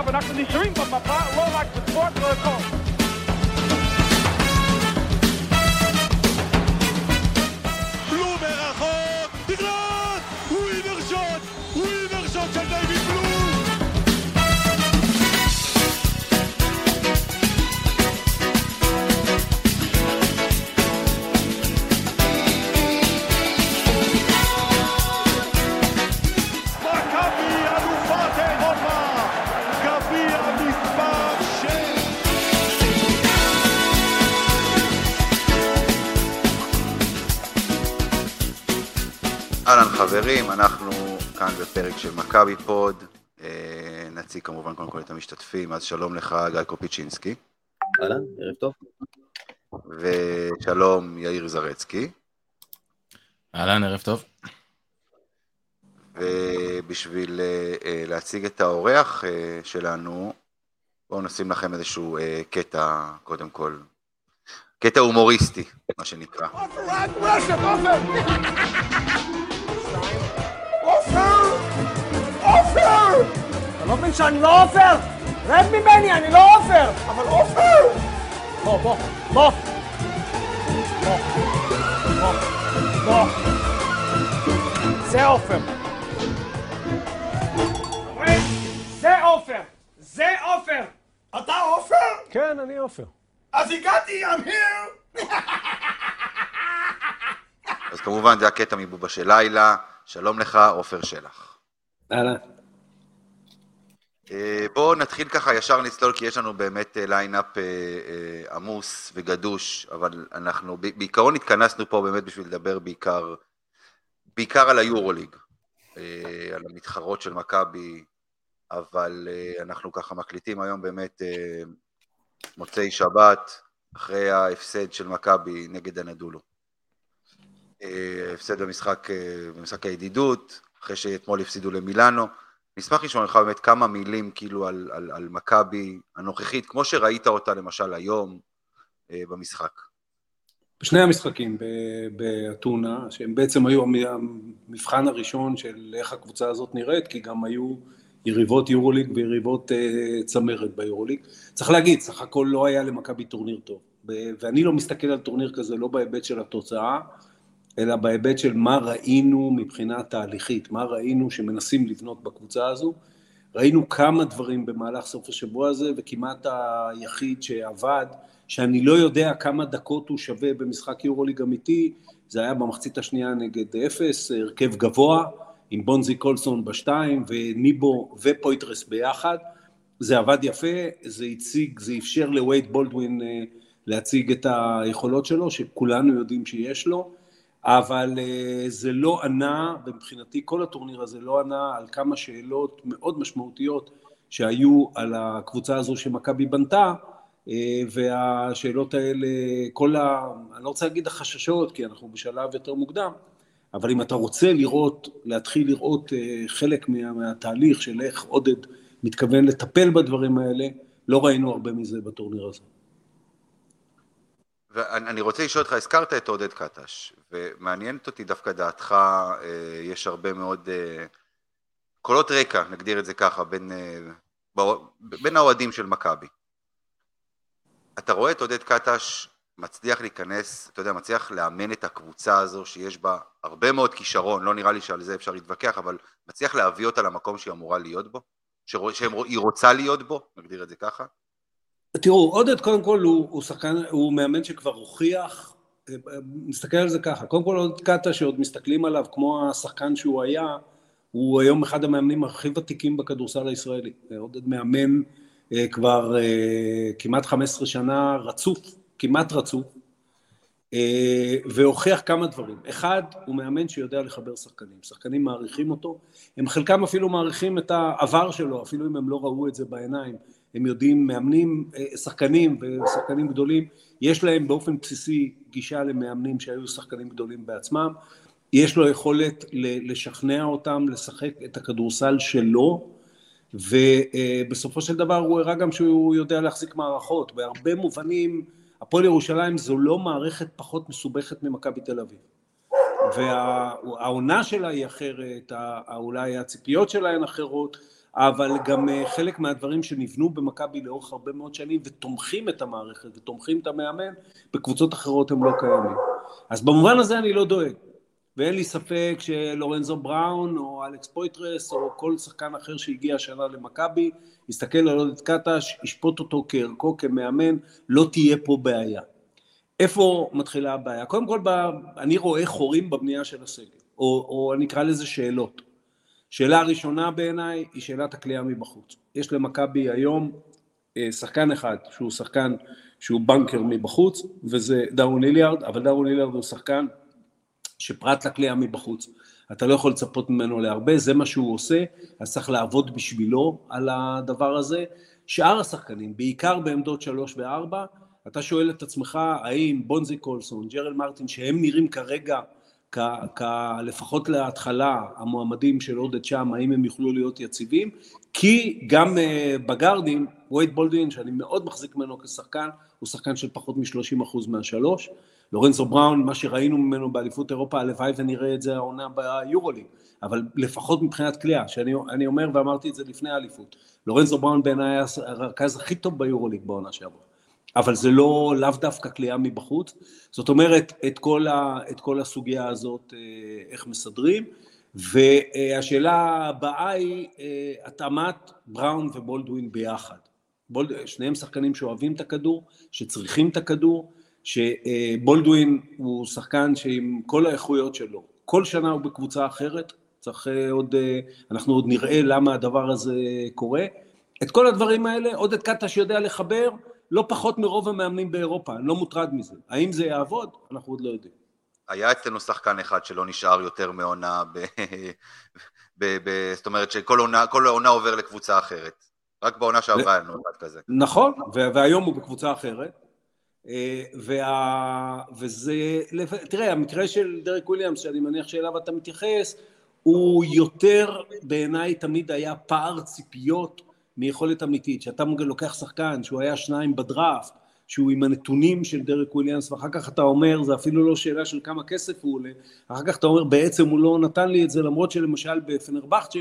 אבל אנחנו נשארים במפה, לא רק בספורט, לא הכל. בלום מרחוק, תגלוט! ווינר שוט של דיוויד בלום! אהלן חברים, אנחנו כאן בפרק של מכבי פוד, נציג כמובן קודם כל את המשתתפים, אז שלום לך גיא קופיצ'ינסקי. אהלן, ערב טוב. ושלום יאיר זרצקי. אהלן, ערב טוב. ובשביל להציג את האורח שלנו, בואו נשים לכם איזשהו קטע קודם כל, קטע הומוריסטי, מה שנקרא. עופר! אתה לא מבין שאני לא עופר? רד ממני, אני לא עופר! אבל עופר! בוא! זה עופר! זה עופר! זה עופר! אתה עופר? כן, אני עופר. אז הגעתי, I'm here! אז כמובן זה הקטע מבובה של לילה, שלום לך עופר שלח. אהלן. בואו נתחיל ככה ישר לצלול, כי יש לנו באמת ליינאפ עמוס וגדוש, אבל אנחנו בעיקרון התכנסנו פה באמת בשביל לדבר בעיקר על היורוליג, על המתחרות של מכבי, אבל אנחנו ככה מקליטים היום באמת מוצאי שבת, אחרי ההפסד של מכבי נגד הנדולו. הפסד במשחק הידידות, אחרי שאתמול הפסידו למילאנו. נשמח לשמוע לך באמת כמה מילים כאילו על מכבי הנוכחית, כמו שראית אותה למשל היום במשחק. בשני המשחקים באתונה, שהם בעצם היו המבחן הראשון של איך הקבוצה הזאת נראית, כי גם היו יריבות יורוליג ויריבות צמרת ביורוליג. צריך להגיד, סך הכל לא היה למכבי טורניר טוב, ואני לא מסתכל על טורניר כזה לא בהיבט של התוצאה, אלא בהיבט של מה ראינו מבחינה תהליכית, מה ראינו שמנסים לבנות בקבוצה הזו. ראינו כמה דברים במהלך סוף השבוע הזה, וכמעט היחיד שעבד, שאני לא יודע כמה דקות הוא שווה במשחק יורוליג אמיתי, זה היה במחצית השנייה נגד 0, הרכב גבוה, עם בונזי קולסון בשתיים, וניבו ופויטרס ביחד. זה עבד יפה, זה אפשר לווייד בולדווין להציג את היכולות שלו, שכולנו יודעים שיש לו, אבל זה לא ענה, ומבחינתי כל הטורניר הזה לא ענה על כמה שאלות מאוד משמעותיות שהיו על הקבוצה הזו שמכבי בנתה, והשאלות האלה, אני לא רוצה להגיד החששות, כי אנחנו בשלב יותר מוקדם, אבל אם אתה רוצה להתחיל לראות חלק מהתהליך של איך עודד מתכוון לטפל בדברים האלה, לא ראינו הרבה מזה בטורניר הזה. ואני רוצה לשאול אותך, הזכרת את עודד קטש, ומעניינת אותי דווקא דעתך, יש הרבה מאוד קולות רקע, נגדיר את זה ככה, בין האוהדים של מכבי. אתה רואה את עודד קטש מצליח להיכנס, אתה יודע, מצליח לאמן את הקבוצה הזו, שיש בה הרבה מאוד כישרון, לא נראה לי שעל זה אפשר להתווכח, אבל מצליח להביא אותה למקום שהיא אמורה להיות בו, שהיא רוצה להיות בו, נגדיר את זה ככה. תראו, עודד קודם כל הוא שחקן, הוא מאמן שכבר הוכיח, נסתכל על זה ככה, קודם כל עודד קטה שעוד מסתכלים עליו כמו השחקן שהוא היה, הוא היום אחד המאמנים הכי ותיקים בכדורסל הישראלי, עודד מאמן כבר כמעט 15 שנה רצוף, כמעט רצוף, והוכיח כמה דברים. אחד, הוא מאמן שיודע לחבר שחקנים, שחקנים מעריכים אותו, הם חלקם אפילו מעריכים את העבר שלו, אפילו אם הם לא ראו את זה בעיניים, הם יודעים, מאמנים, שחקנים ושחקנים גדולים, יש להם באופן בסיסי גישה למאמנים שהיו שחקנים גדולים בעצמם, יש לו יכולת לשכנע אותם, לשחק את הכדורסל שלו, ובסופו של דבר הוא הראה גם שהוא יודע להחזיק מערכות, בהרבה מובנים, הפועל ירושלים זו לא מערכת פחות מסובכת ממכבי תל אביב, והעונה שלה היא אחרת, אולי הציפיות שלה הן אחרות, אבל גם חלק מהדברים שנבנו במכבי לאורך הרבה מאוד שנים, ותומכים את המערכת, ותומכים את המאמן, בקבוצות אחרות הם לא קיימים. אז במובן הזה אני לא דואג, ואין לי ספק שלורנזו בראון, או אלכס פויטרס, או כל שחקן אחר שהגיע השנה למכבי, יסתכל על עודד קטש, ישפוט אותו כערכו, כמאמן, לא תהיה פה בעיה. איפה מתחילה הבעיה? קודם כל, אני רואה חורים בבנייה של הסגל, או אני אקרא לזה שאלות. שאלה הראשונה בעיניי היא שאלת הקליעה מבחוץ. יש למכבי היום שחקן אחד, שהוא שחקן שהוא בנקר מבחוץ, וזה דארון ליליארד, אבל דארון ליליארד הוא שחקן שפרט לקליעה מבחוץ. אתה לא יכול לצפות ממנו להרבה, זה מה שהוא עושה, אז צריך לעבוד בשבילו על הדבר הזה. שאר השחקנים, בעיקר בעמדות 3 ו-4, אתה שואל את עצמך, האם בונזי קולסון, ג'רל מרטין, שהם נראים כרגע, לפחות להתחלה, המועמדים של עודד שם, האם הם יוכלו להיות יציבים, כי גם בגרדים, וייד בולדווין, שאני מאוד מחזיק ממנו כשחקן, הוא שחקן של פחות מ-30% מהשלוש, לורנזו בראון, מה שראינו ממנו באליפות אירופה, הלוואי ונראה את זה העונה ביורוליג, אבל לפחות מבחינת קליעה, שאני אומר ואמרתי את זה לפני האליפות, לורנזו בראון בעיניי היה הרכז הכי טוב ביורוליג בעונה שעברה, אבל זה לאו דווקא קליעה מבחוץ, זאת אומרת, את כל הסוגיה הזאת, איך מסדרים, והשאלה הבאה היא, התאמת בראון ובולדווין ביחד. שניהם שחקנים שאוהבים את הכדור, שצריכים את הכדור, שבולדווין הוא שחקן שעם כל האיכויות שלו, כל שנה הוא בקבוצה אחרת, אנחנו עוד נראה למה הדבר הזה קורה. את כל הדברים האלה, עודד קטש יודע לחבר, לא פחות מרוב המאמנים באירופה, אני לא מוטרד מזה. האם זה יעבוד? אנחנו עוד לא יודעים. היה אצלנו שחקן אחד שלא נשאר יותר מעונה, זאת אומרת שכל עונה עובר לקבוצה אחרת. רק בעונה שעברה לנו אחד כזה. נכון, והיום הוא בקבוצה אחרת. וזה, תראה, המקרה של דרק וויליאמס, שאני מניח שאליו אתה מתייחס, הוא יותר, בעיניי תמיד היה פער ציפיות, מיכולת אמיתית, שאתה לוקח שחקן, שהוא היה 2 בדראפט, שהוא עם הנתונים של דרק וויליאמס, ואחר כך אתה אומר, זה אפילו לא שאלה של כמה כסף הוא עולה, אחר כך אתה אומר, בעצם הוא לא נתן לי את זה, למרות שלמשל בפנרבחצ'ה,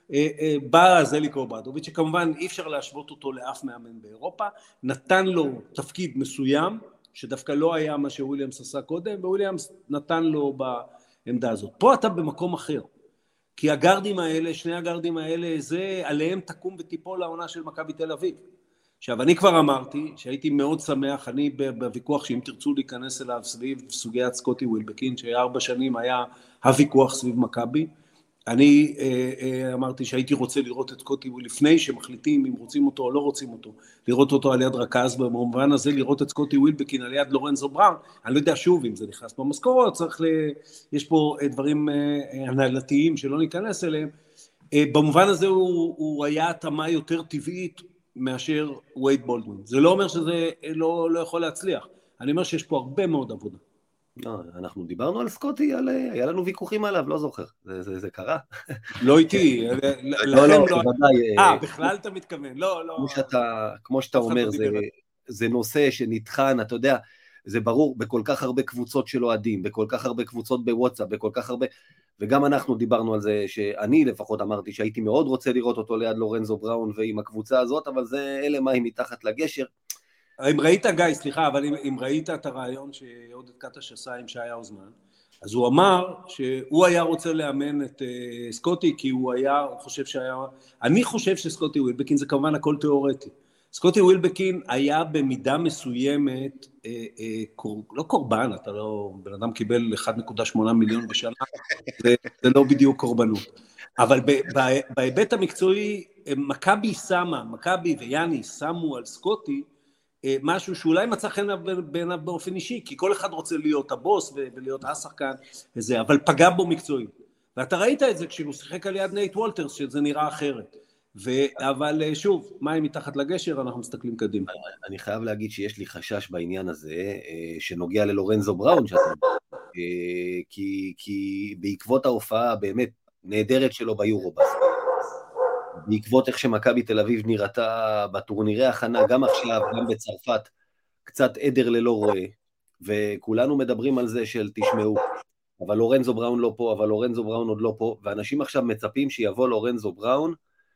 בא זליקו אוברדוביץ', שכמובן אי אפשר להשוות אותו לאף מאמן באירופה, נתן לו תפקיד מסוים, שדווקא לא היה מה שוויליאמס עשה קודם, וויליאמס נתן לו בעמדה הזאת. פה אתה במקום אחר. כי הגרדים האלה, שני הגרדים האלה, זה עליהם תקום ותיפול לעונה של מכבי תל אביב. עכשיו, אני כבר אמרתי שהייתי מאוד שמח, אני בוויכוח שאם תרצו להיכנס אליו סביב סוגיית סקוטי ווילבקין, ש4 שנים היה הוויכוח סביב מכבי, אני אמרתי שהייתי רוצה לראות את סקוטי לפני שמחליטים אם רוצים אותו או לא רוצים אותו, לראות אותו על יד רכז, במובן הזה לראות את סקוטי ווילבקין על יד לורנזו בראון, אני לא יודע שוב אם זה נכנס במשכורות, יש פה דברים הנהלתיים שלא ניכנס אליהם, במובן הזה הוא היה התאמה יותר טבעית מאשר וייד בולדווין, זה לא אומר שזה לא יכול להצליח, אני אומר שיש פה הרבה מאוד עבודה. לא, אנחנו דיברנו על סקוטי, היה לנו ויכוחים עליו, לא זוכר, זה קרה. לא איתי, לא, בוודאי. בכלל אתה מתכוון, לא. כמו שאתה אומר, זה נושא שנטחן, אתה יודע, זה ברור, בכל כך הרבה קבוצות של אוהדים, בכל כך הרבה קבוצות בוואטסאפ, בכל כך הרבה, וגם אנחנו דיברנו על זה, שאני לפחות אמרתי שהייתי מאוד רוצה לראות אותו ליד לורנזו בראון ועם הקבוצה הזאת, אבל זה אלה מים מתחת לגשר. אם ראית, גיא, סליחה, אבל אם ראית את הרעיון שעודד קטש עשה עם שי האוזמן, אז הוא אמר שהוא היה רוצה לאמן את סקוטי, כי הוא חושב אני חושב שסקוטי ווילבקין, זה כמובן הכל תיאורטי, סקוטי ווילבקין היה במידה מסוימת, לא קורבן, אתה לא, בן אדם קיבל 1.8 מיליון בשנה, זה לא בדיוק קורבנות, אבל בהיבט המקצועי, מכבי ויאני שמו על סקוטי, משהו שאולי מצא חן בעיניו באופן אישי, כי כל אחד רוצה להיות הבוס ולהיות השחקן וזה, אבל פגע בו מקצועי. ואתה ראית את זה כשהוא שיחק על יד נייט וולטרס, שזה נראה אחרת. אבל שוב, מים מתחת לגשר, אנחנו מסתכלים קדימה. אני חייב להגיד שיש לי חשש בעניין הזה, שנוגע ללורנזו בראון, כי בעקבות ההופעה הבאמת נהדרת שלו ביורובאסקט, בעקבות איך שמכבי תל אביב נראתה בטורנירי הכנה, גם עכשיו, גם בצרפת, קצת עדר ללא רואה, וכולנו מדברים על זה של תשמעו, אבל לורנזו בראון לא פה, אבל לורנזו בראון עוד לא פה, ואנשים עכשיו מצפים שיבוא לורנזו בראון,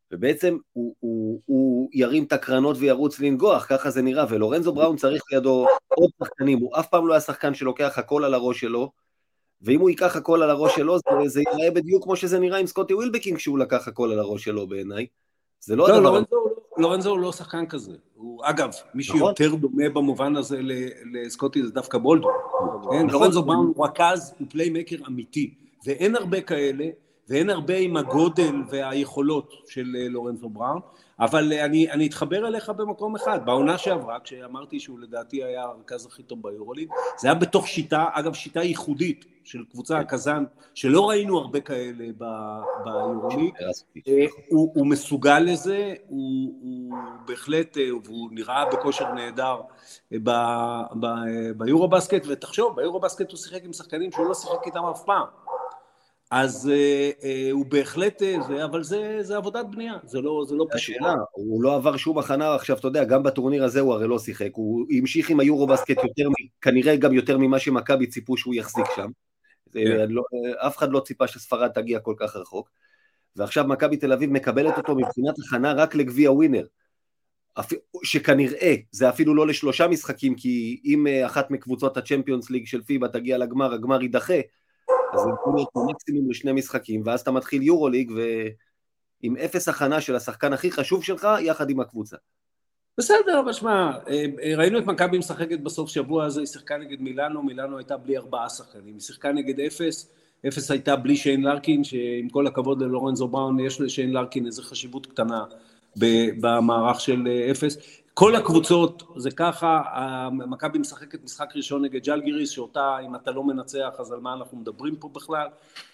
ובעצם הוא ירים את הקרנות וירוץ לנגוח, ככה זה נראה, ולורנזו בראון צריך לידו עוד שחקנים, הוא אף פעם לא היה שחקן שלוקח הכל על הראש שלו, ואם הוא ייקח הכל על הראש שלו, זה יראה בדיוק כמו שזה נראה עם סקוטי ווילבקינג, כשהוא לקח הכל על הראש שלו בעיניי. זה לא הדבר... לורנזו הוא לא שחקן כזה. אגב, מי שיותר דומה במובן הזה לסקוטי זה דווקא בולדו. לורנזו בראון הוא רכז, הוא פליימקר אמיתי, ואין הרבה כאלה, ואין הרבה עם הגודל והיכולות של לורנזו בראון, אבל אני אתחבר אליך במקום אחד. בעונה שעברה, כשאמרתי שהוא לדעתי היה הרכז הכי טוב ביורוליג, זה היה בתוך שיטה, אגב שיטה ייחודית של קבוצה הקזאן, שלא ראינו הרבה כאלה ביורוליג. הוא מסוגל לזה, הוא בהחלט, והוא נראה בכושר נהדר ביורובסקט, ותחשוב, ביורובסקט הוא שיחק עם שחקנים שהוא לא שיחק איתם אף פעם. אז הוא בהחלט זה, אבל זה עבודת בנייה, זה לא פשוט. השאלה, הוא לא עבר שום הכנה, עכשיו אתה יודע, גם בטורניר הזה הוא הרי לא שיחק, הוא המשיך עם היורובסקט כנראה גם יותר ממה שמכבי ציפו שהוא יחזיק שם, אף אחד לא ציפה שספרד תגיע כל כך רחוק, ועכשיו מכבי תל אביב מקבלת אותו מבחינת הכנה רק לגביע ווינר, שכנראה זה אפילו לא ל3 משחקים, כי אם אחת מקבוצות הצ'מפיונס ליג של פיבה תגיע לגמר, הגמר יידחה, אז זה יכול להיות מקסימום ל2 משחקים, ואז אתה מתחיל יורוליג, ועם 0 הכנה של השחקן הכי חשוב שלך, יחד עם הקבוצה. בסדר, אבל שמה, ראינו את מכבי משחקת בסוף שבוע הזה, היא שיחקה נגד מילאנו, מילאנו הייתה בלי 4 שחקנים, היא שיחקה נגד 0, 0 הייתה בלי שיין לרקין, שעם כל הכבוד ללורנזו בראון, יש לשיין לרקין איזו חשיבות קטנה במערך של 0, כל הקבוצות זה ככה, מכבי משחקת משחק ראשון נגד ג'לגיריס, שאותה אם אתה לא מנצח, אז על מה אנחנו מדברים פה בכלל,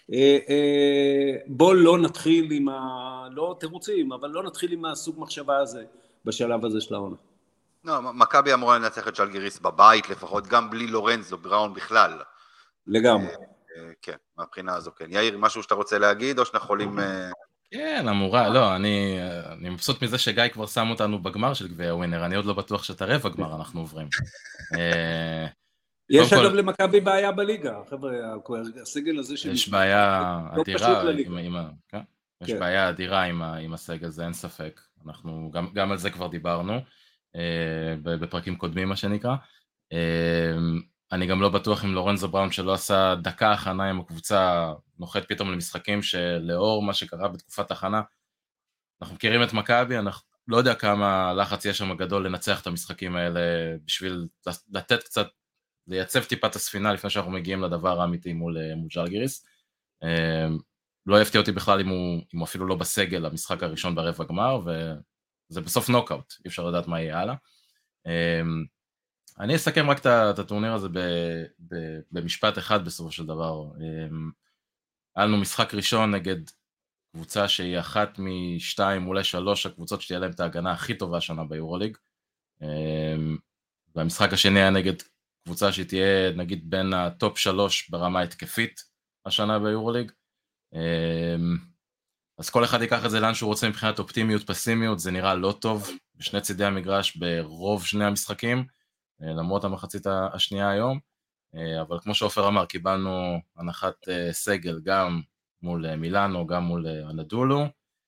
בוא לא נתחיל עם לא תירוצים, אבל לא נתחיל עם הסוג מחשבה הזה, בשלב הזה של העונה. לא, מכבי אמורה לנצח את ג'לגיריס בבית לפחות, גם בלי לורנזו בראון בכלל. לגמרי. כן, מהבחינה הזו כן. יאיר, משהו שאתה רוצה להגיד, או שאנחנו יכולים... כן, אמורה, לא, אני מבסוט מזה שגיא כבר שם אותנו בגמר של גביע ווינר, אני עוד לא בטוח שאת הרבע גמר אנחנו עוברים. יש אגב למכבי בעיה בליגה, חבר'ה, הסגל הזה יש בעיה אדירה, יש בעיה אדירה עם הסגל הזה, אין ספק, אנחנו גם על זה כבר דיברנו, בפרקים קודמים מה שנקרא, אני גם לא בטוח עם לורנזו בראון שלא עשה דקה הכנה עם הקבוצה, נוחת פתאום למשחקים שלאור מה שקרה בתקופת הכנה, אנחנו מכירים את מכבי, אני לא יודע כמה לחץ יש שם גדול לנצח את המשחקים האלה, בשביל לתת קצת, לייצב טיפה את הספינה לפני שאנחנו מגיעים לדבר האמיתי מול ג'לגיריס, לא יפתיע אותי בכלל אם הוא אפילו לא בסגל המשחק הראשון ברבע גמר, וזה בסוף נוקאוט, אי אפשר לדעת מה יהיה הלאה. אני אסכם רק את הטורניר הזה במשפט אחד בסופו של דבר. היה לנו משחק ראשון נגד קבוצה שהיא אחת משתיים, אולי 3 הקבוצות שתהיה להם את ההגנה הכי טובה השנה ביורוליג, והמשחק השני היה נגד קבוצה שתהיה נגיד בין הטופ 3 ברמה התקפית השנה ביורוליג, אז כל אחד ייקח את זה לאן שהוא רוצה מבחינת אופטימיות, פסימיות, זה נראה לא טוב בשני צידי המגרש ברוב שני המשחקים, למרות המחצית השנייה היום, אבל כמו שאופר אמר, קיבלנו הנחת סגל גם מול מילאנו, גם מול אנדולו,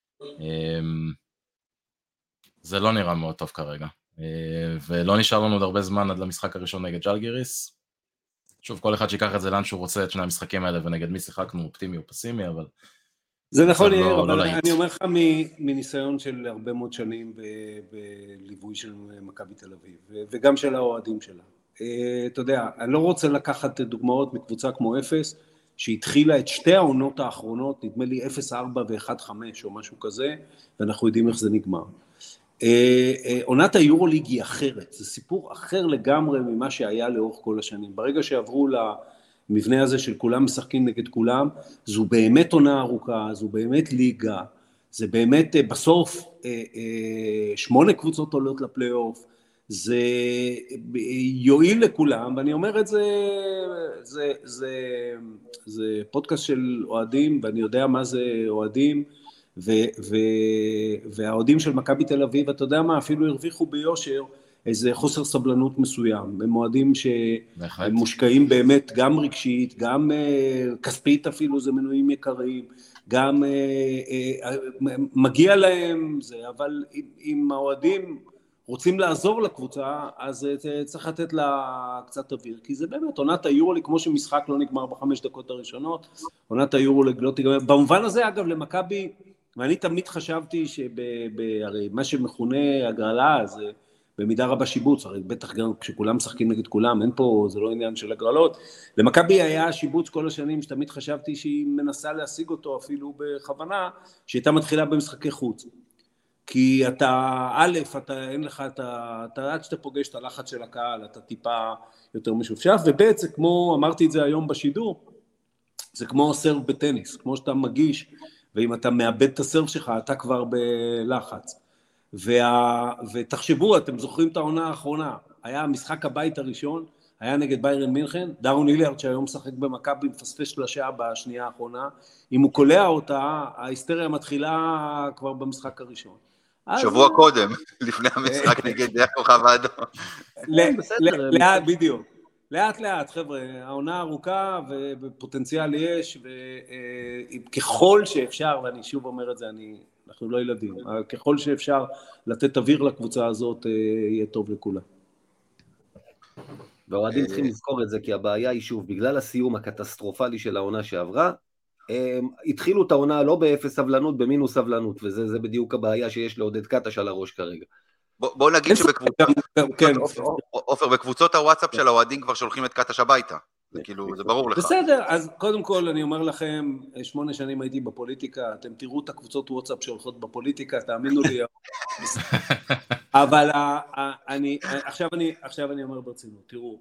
זה לא נראה מאוד טוב כרגע, ולא נשאר לנו עוד הרבה זמן עד למשחק הראשון נגד ג'לגיריס, שוב, כל אחד שיקח את זה לאן שהוא רוצה את שני המשחקים האלה, ונגד מי שיחקנו אופטימי או פסימי, אבל... זה נכון, אבל אני אומר לך מניסיון של הרבה מאוד שנים בליווי של מכבי תל אביב, וגם של האוהדים שלה. אתה יודע, אני לא רוצה לקחת דוגמאות מקבוצה כמו 0, שהתחילה את 2 העונות האחרונות, נדמה לי 0-4 ו-1-5 או משהו כזה, ואנחנו יודעים איך זה נגמר. עונת היורוליג היא אחרת, זה סיפור אחר לגמרי ממה שהיה לאורך כל השנים. ברגע שעברו למבנה הזה של כולם משחקים נגד כולם, זו באמת עונה ארוכה, זו באמת ליגה, זה באמת בסוף 8 קבוצות עולות לפלייאוף, זה יועיל לכולם, ואני אומר את זה פודקאסט של אוהדים, ואני יודע מה זה אוהדים, והאוהדים של מכבי תל אביב, אתה יודע מה, אפילו הרוויחו ביושר איזה חוסר סבלנות מסוים, במועדים שהם מושקעים באמת גם רגשית, גם כספית אפילו, זה מנויים יקרים, גם מגיע להם זה, אבל אם האוהדים רוצים לעזור לקבוצה, אז צריך לתת לה קצת אוויר, כי זה באמת עונת היורוליג, כמו שמשחק לא נגמר ב5 דקות הראשונות, עונת היורוליג לא תגמר, במובן הזה אגב למכבי, ואני תמיד חשבתי הרי מה שמכונה הגרלה זה במידה רבה שיבוץ, הרי בטח גם כשכולם משחקים נגד כולם, אין פה, זה לא עניין של הגרלות, למכבי היה שיבוץ כל השנים שתמיד חשבתי שהיא מנסה להשיג אותו אפילו בכוונה, שהייתה מתחילה במשחקי חוץ. כי אתה, א', אתה אין לך, אתה עד שאתה פוגש את הלחץ של הקהל, אתה טיפה יותר משופשף, וב' זה כמו, אמרתי את זה היום בשידור, זה כמו סרב בטניס, כמו שאתה מגיש, ואם אתה מאבד את הסרב שלך, אתה כבר בלחץ. ותחשבו, אתם זוכרים את העונה האחרונה, היה משחק הבית הראשון, היה נגד ביירן מינכן, דארון היליארד שהיום משחק במכבי, מפספס שלושה בשנייה האחרונה, אם הוא קולע אותה, ההיסטריה מתחילה כבר במשחק הראשון. שבוע קודם, לפני המשחק נגד הכוכב האדום. לאט, בדיוק. לאט לאט, חבר'ה, העונה ארוכה ופוטנציאל יש, וככל שאפשר, ואני שוב אומר את זה, אנחנו לא ילדים, ככל שאפשר לתת אוויר לקבוצה הזאת, יהיה טוב לכולם. והאוהדים צריכים לזכור את זה, כי הבעיה היא שוב, בגלל הסיום הקטסטרופלי של העונה שעברה, התחילו את העונה לא באפס סבלנות, במינוס סבלנות, וזה בדיוק הבעיה שיש לעודד קטש על הראש כרגע. בוא נגיד שבקבוצות הוואטסאפ של האוהדים כבר שולחים את קטש הביתה, כאילו זה ברור לך. בסדר, אז קודם כל אני אומר לכם, 8 שנים הייתי בפוליטיקה, אתם תראו את הקבוצות וואטסאפ שהולכות בפוליטיקה, תאמינו לי, אבל עכשיו אני אומר ברצינות, תראו,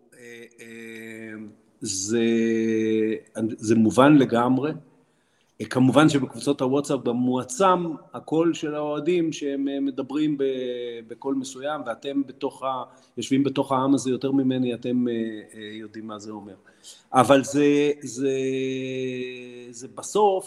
זה מובן לגמרי, כמובן שבקבוצות הוואטסאפ במועצם הקול של האוהדים שהם מדברים בקול מסוים, ואתם יושבים בתוך העם הזה יותר ממני, אתם יודעים מה זה אומר. אבל זה בסוף,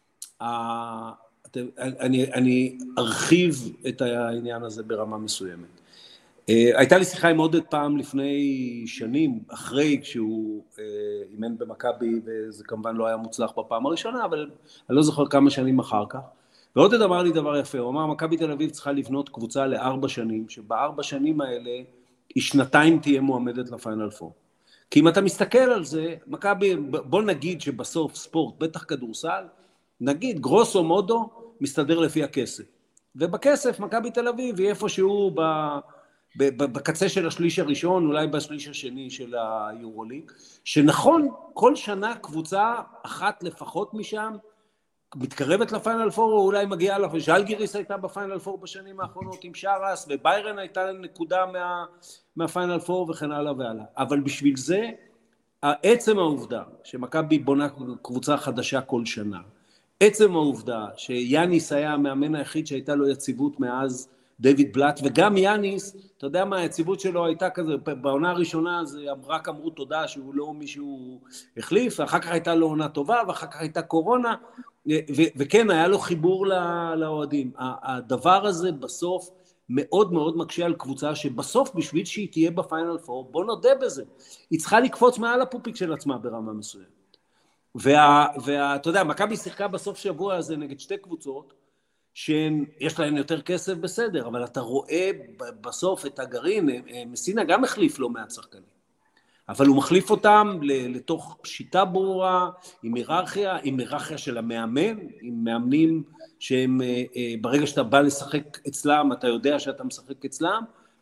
אני ארחיב את העניין הזה ברמה מסוימת. הייתה לי שיחה עם עודד פעם לפני שנים, אחרי כשהוא אימן במכבי, וזה כמובן לא היה מוצלח בפעם הראשונה, אבל אני לא זוכר כמה שנים אחר כך, ועודד אמר לי דבר יפה, הוא אמר, מכבי תל אביב צריכה לבנות קבוצה ל4 שנים, שב4 שנים האלה היא 2 תהיה מועמדת לפיינל פור. כי אם אתה מסתכל על זה, מכבי, בוא נגיד שבסוף ספורט, בטח כדורסל, נגיד גרוסו מודו מסתדר לפי הכסף, ובכסף מכבי תל אביב היא איפשהו בקצה של השליש הראשון, אולי בשליש השני של היורוליג, שנכון, כל שנה קבוצה אחת לפחות משם, מתקרבת לפיינל פור, או אולי מגיעה לה, ז'לגיריס הייתה בפיינל פור בשנים האחרונות עם שרס, וביירן הייתה נקודה מהפיינל פור וכן הלאה והלאה. אבל בשביל זה, עצם העובדה שמכבי בונה קבוצה חדשה כל שנה, עצם העובדה שיאניס היה המאמן היחיד שהייתה לו יציבות מאז דיוויד בלאט, וגם יאניס, אתה יודע מה, היציבות שלו הייתה כזה, בעונה הראשונה זה רק אמרו תודה שהוא לא מישהו החליף, ואחר כך הייתה לו עונה טובה, ואחר כך הייתה קורונה, וכן, היה לו חיבור לאוהדים. הדבר הזה בסוף מאוד מאוד מקשה על קבוצה, שבסוף בשביל שהיא תהיה בפיינל פור, בוא נודה בזה, היא צריכה לקפוץ מעל הפופיק של עצמה ברמה מסוימת. ואתה יודע, מכבי שיחקה בסוף שבוע הזה נגד 2 קבוצות, שיש להם יותר כסף בסדר, אבל אתה רואה בסוף את הגרעין, מסינה גם החליף לו מעט שחקנים, אבל הוא מחליף אותם לתוך שיטה ברורה, עם היררכיה של המאמן, עם מאמנים שהם, ברגע שאתה בא לשחק אצלם, אתה יודע שאתה משחק אצלם,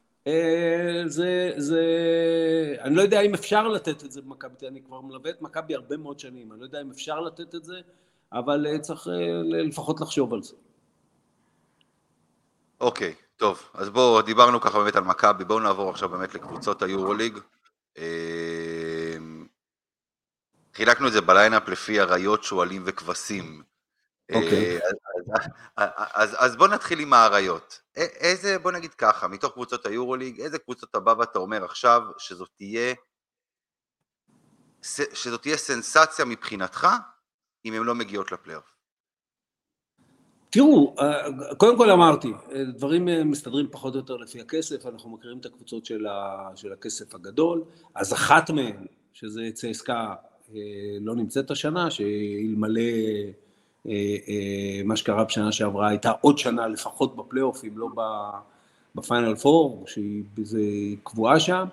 אני לא יודע אם אפשר לתת את זה במכבי, אני כבר מלווה את מכבי הרבה מאוד שנים, אני לא יודע אם אפשר לתת את זה, אבל צריך לפחות לחשוב על זה. אוקיי, טוב, אז בואו, דיברנו ככה באמת על מכבי, בואו נעבור עכשיו באמת לקבוצות היורוליג. חילקנו את זה בליינאפ לפי אריות, שואלים וכבשים. אוקיי. אז בואו נתחיל עם האריות. איזה, בואו נגיד ככה, מתוך קבוצות היורוליג, איזה קבוצות הבא ואתה אומר עכשיו שזאת תהיה סנסציה מבחינתך, אם הן לא מגיעות לפלייאוף? תראו, קודם כל אמרתי, דברים מסתדרים פחות או יותר לפי הכסף, אנחנו מכירים את הקבוצות של הכסף הגדול, אז אחת מהן, שזה צסקה, לא נמצאת השנה, שאלמלא מה שקרה בשנה שעברה, הייתה עוד שנה לפחות בפלייאוף, אם לא בפיינל פור, שהיא קבועה שם.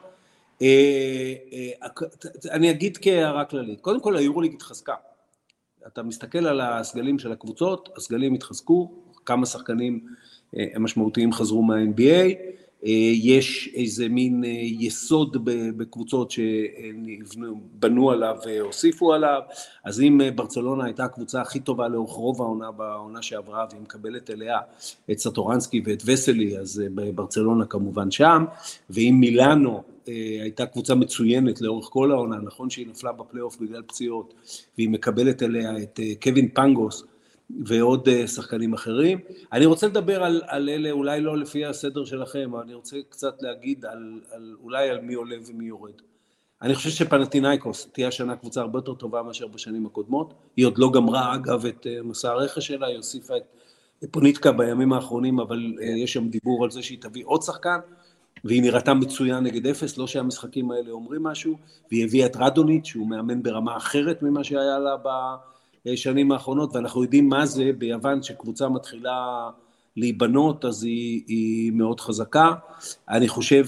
אני אגיד כהערה כללית, קודם כל היורוליג התחזקה, אתה מסתכל על הסגלים של הקבוצות, הסגלים התחזקו, כמה שחקנים משמעותיים חזרו מה-NBA, יש איזה מין יסוד בקבוצות שבנו עליו והוסיפו עליו, אז אם ברצלונה הייתה הקבוצה הכי טובה לאורך רוב העונה בעונה שעברה, והיא מקבלת אליה את סטורנסקי ואת וסלי, אז ברצלונה כמובן שם, ואם מילאנו הייתה קבוצה מצוינת לאורך כל העונה, נכון שהיא נפלה בפלייאוף בגלל פציעות, והיא מקבלת אליה את קווין פנגוס, ועוד שחקנים אחרים. אני רוצה לדבר על אלה, אולי לא לפי הסדר שלכם, אבל אני רוצה קצת להגיד אולי על מי עולה ומי יורד. אני חושב שפנתינייקוס תהיה השנה קבוצה הרבה יותר טובה מאשר בשנים הקודמות, היא עוד לא גמרה אגב את מסע הרכש שלה, היא הוסיפה את פוניטקה בימים האחרונים, אבל יש שם דיבור על זה שהיא תביא עוד שחקן, והיא נראתה מצוין נגד אפס, לא שהמשחקים האלה אומרים משהו, והיא הביאה את רדוניץ' שהוא מאמן ברמה אחרת ממה שהיה לה בשנים האחרונות, ואנחנו יודעים מה זה ביוון שקבוצה מתחילה להיבנות, אז היא מאוד חזקה. אני חושב